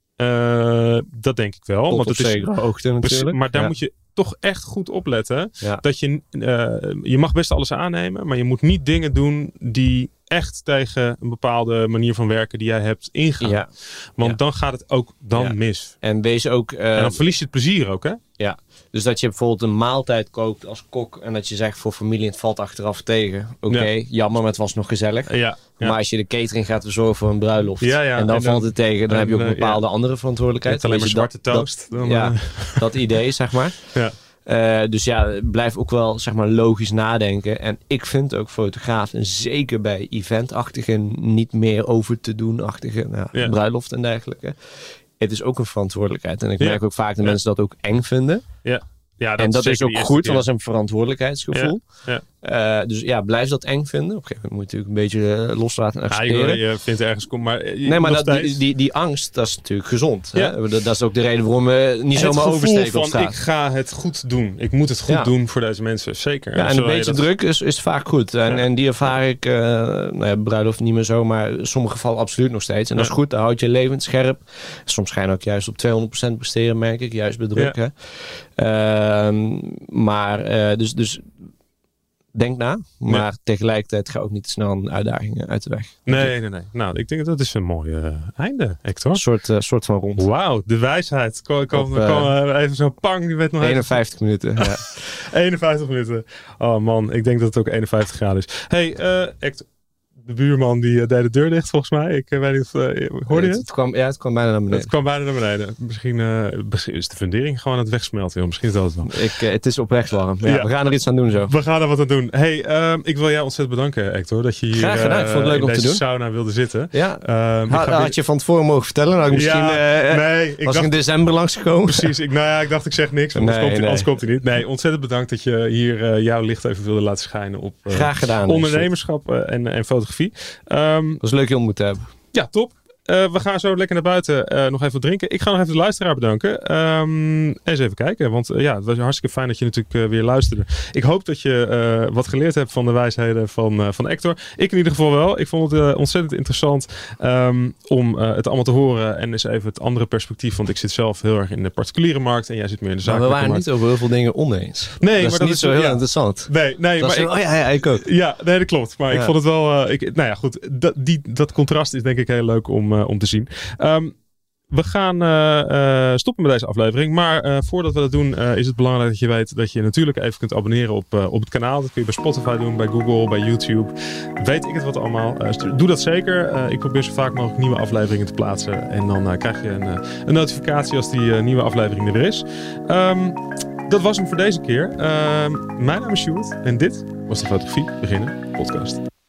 Uh, dat denk ik wel. Tot want op het is zekere hoogte natuurlijk. Maar daar ja. moet je toch echt goed opletten. Ja. Dat je, uh, je mag best alles aannemen, maar je moet niet dingen doen die echt tegen een bepaalde manier van werken die jij hebt ingaan. Ja. Want ja. dan gaat het ook dan ja. mis. En wees ook... Uh, en dan verlies je het plezier ook, hè? Ja. Dus dat je bijvoorbeeld een maaltijd koopt als kok en dat je zegt voor familie het valt achteraf tegen. Oké, okay, ja. jammer, maar het was nog gezellig. Ja. Ja. Maar als je de catering gaat verzorgen voor een bruiloft ja, ja. en dan en valt dan, het tegen, dan en, heb je ook een bepaalde ja. andere verantwoordelijkheid. Alleen maar zwarte dat, toast. Dat, dan, ja, dat idee, zeg maar. Ja. Uh, dus ja, blijf ook wel zeg maar logisch nadenken. En ik vind ook fotograaf, en zeker bij eventachtige, niet meer over te doen-achtige nou, ja. bruiloft en dergelijke. Het is ook een verantwoordelijkheid. En ik merk ja. ook vaak dat ja. mensen dat ook eng vinden. Ja. Ja, dat en dat is ook goed, want ja. dat is een verantwoordelijkheidsgevoel. Ja, ja. Uh, dus ja, blijf dat eng vinden. Op een gegeven moment moet je natuurlijk een beetje uh, loslaten en accepteren. Ja, je, je vindt ergens kom, maar je, nee, maar dat, die, die, die angst, dat is natuurlijk gezond. Ja. Hè? Dat, dat is ook de reden waarom we niet zomaar oversteken op straat. Ik ga het goed doen. Ik moet het goed ja. doen voor deze mensen. Zeker. Ja, en een beetje dat... druk is, is vaak goed. En, ja. en die ervaar ik, uh, nou ja, bruiloft niet meer zo, maar in sommige gevallen absoluut nog steeds. En dat is goed, dan houd je levend scherp. Soms ga je ook juist op tweehonderd procent presteren, merk ik. Juist bij druk. Ja. Hè? Uh, maar uh, dus, dus denk na, maar ja. tegelijkertijd ga ook niet te snel een uitdagingen uit de weg. Nee, nee, nee. Nou, ik denk dat dat is een mooi uh, einde, Hector. Een soort, uh, soort van rond. Wauw, de wijsheid. Kom, kom, Op, uh, kom uh, even zo pang. Die werd nog eenenvijftig even... minuten. Ja. eenenvijftig minuten. Oh man, ik denk dat het ook eenenvijftig graden is. Hey, uh, Hector. De buurman die uh, deed de deur dicht volgens mij. Ik uh, weet niet of... Uh, hoorde je het? Het kwam, ja, het kwam bijna naar beneden. Het kwam bijna naar beneden. Misschien, uh, misschien is de fundering gewoon aan het wegsmelten. Joh. Misschien is dat het wel. Ik, uh, het is oprecht warm. Ja, ja. We gaan er iets aan doen zo. We gaan er wat aan doen. Hey, uh, ik wil jou ontzettend bedanken, Hector. Dat je hier Graag gedaan. Uh, ik vond het leuk in om te doen. sauna wilde zitten. Ja. Um, had, had je van tevoren mogen vertellen? Nou, misschien ja, uh, nee, ik was dacht, in december langsgekomen. Precies. Ik, nou ja, ik dacht ik zeg niks. Want nee, anders, komt, nee. anders komt hij niet. Nee, ontzettend bedankt dat je hier uh, jouw licht even wilde laten schijnen op uh, Graag gedaan, ondernemerschap uh, en, en fotografie. Um, Dat was leuk je ontmoet te hebben. Ja, top. Uh, we gaan zo lekker naar buiten uh, nog even wat drinken. Ik ga nog even de luisteraar bedanken. Um, eens even kijken. Want uh, ja, het was hartstikke fijn dat je natuurlijk uh, weer luisterde. Ik hoop dat je uh, wat geleerd hebt van de wijsheden van, uh, van Hector. Ik in ieder geval wel. Ik vond het uh, ontzettend interessant um, om uh, het allemaal te horen. En eens even het andere perspectief. Want ik zit zelf heel erg in de particuliere markt. En jij zit meer in de zakelijke markt. Maar we waren niet over heel veel dingen oneens. Nee, dat maar is dat niet is zo heel ja. interessant. Nee, nee. Dat maar is, ik, oh ja, ja, ik ook. Ja, nee, dat klopt. Maar ja. ik vond het wel... Uh, ik, nou ja, goed. Dat, die, dat contrast is denk ik heel leuk om... Uh, om te zien. Um, we gaan uh, uh, stoppen met deze aflevering. Maar uh, voordat we dat doen uh, is het belangrijk dat je weet dat je natuurlijk even kunt abonneren op, uh, op het kanaal. Dat kun je bij Spotify doen, bij Google, bij YouTube. Weet ik het wat allemaal. Uh, doe dat zeker. Uh, ik probeer zo vaak mogelijk nieuwe afleveringen te plaatsen. En dan uh, krijg je een, uh, een notificatie als die uh, nieuwe aflevering er weer is. Um, dat was hem voor deze keer. Uh, mijn naam is Sjoerd en dit was de Fotografie Beginnen podcast.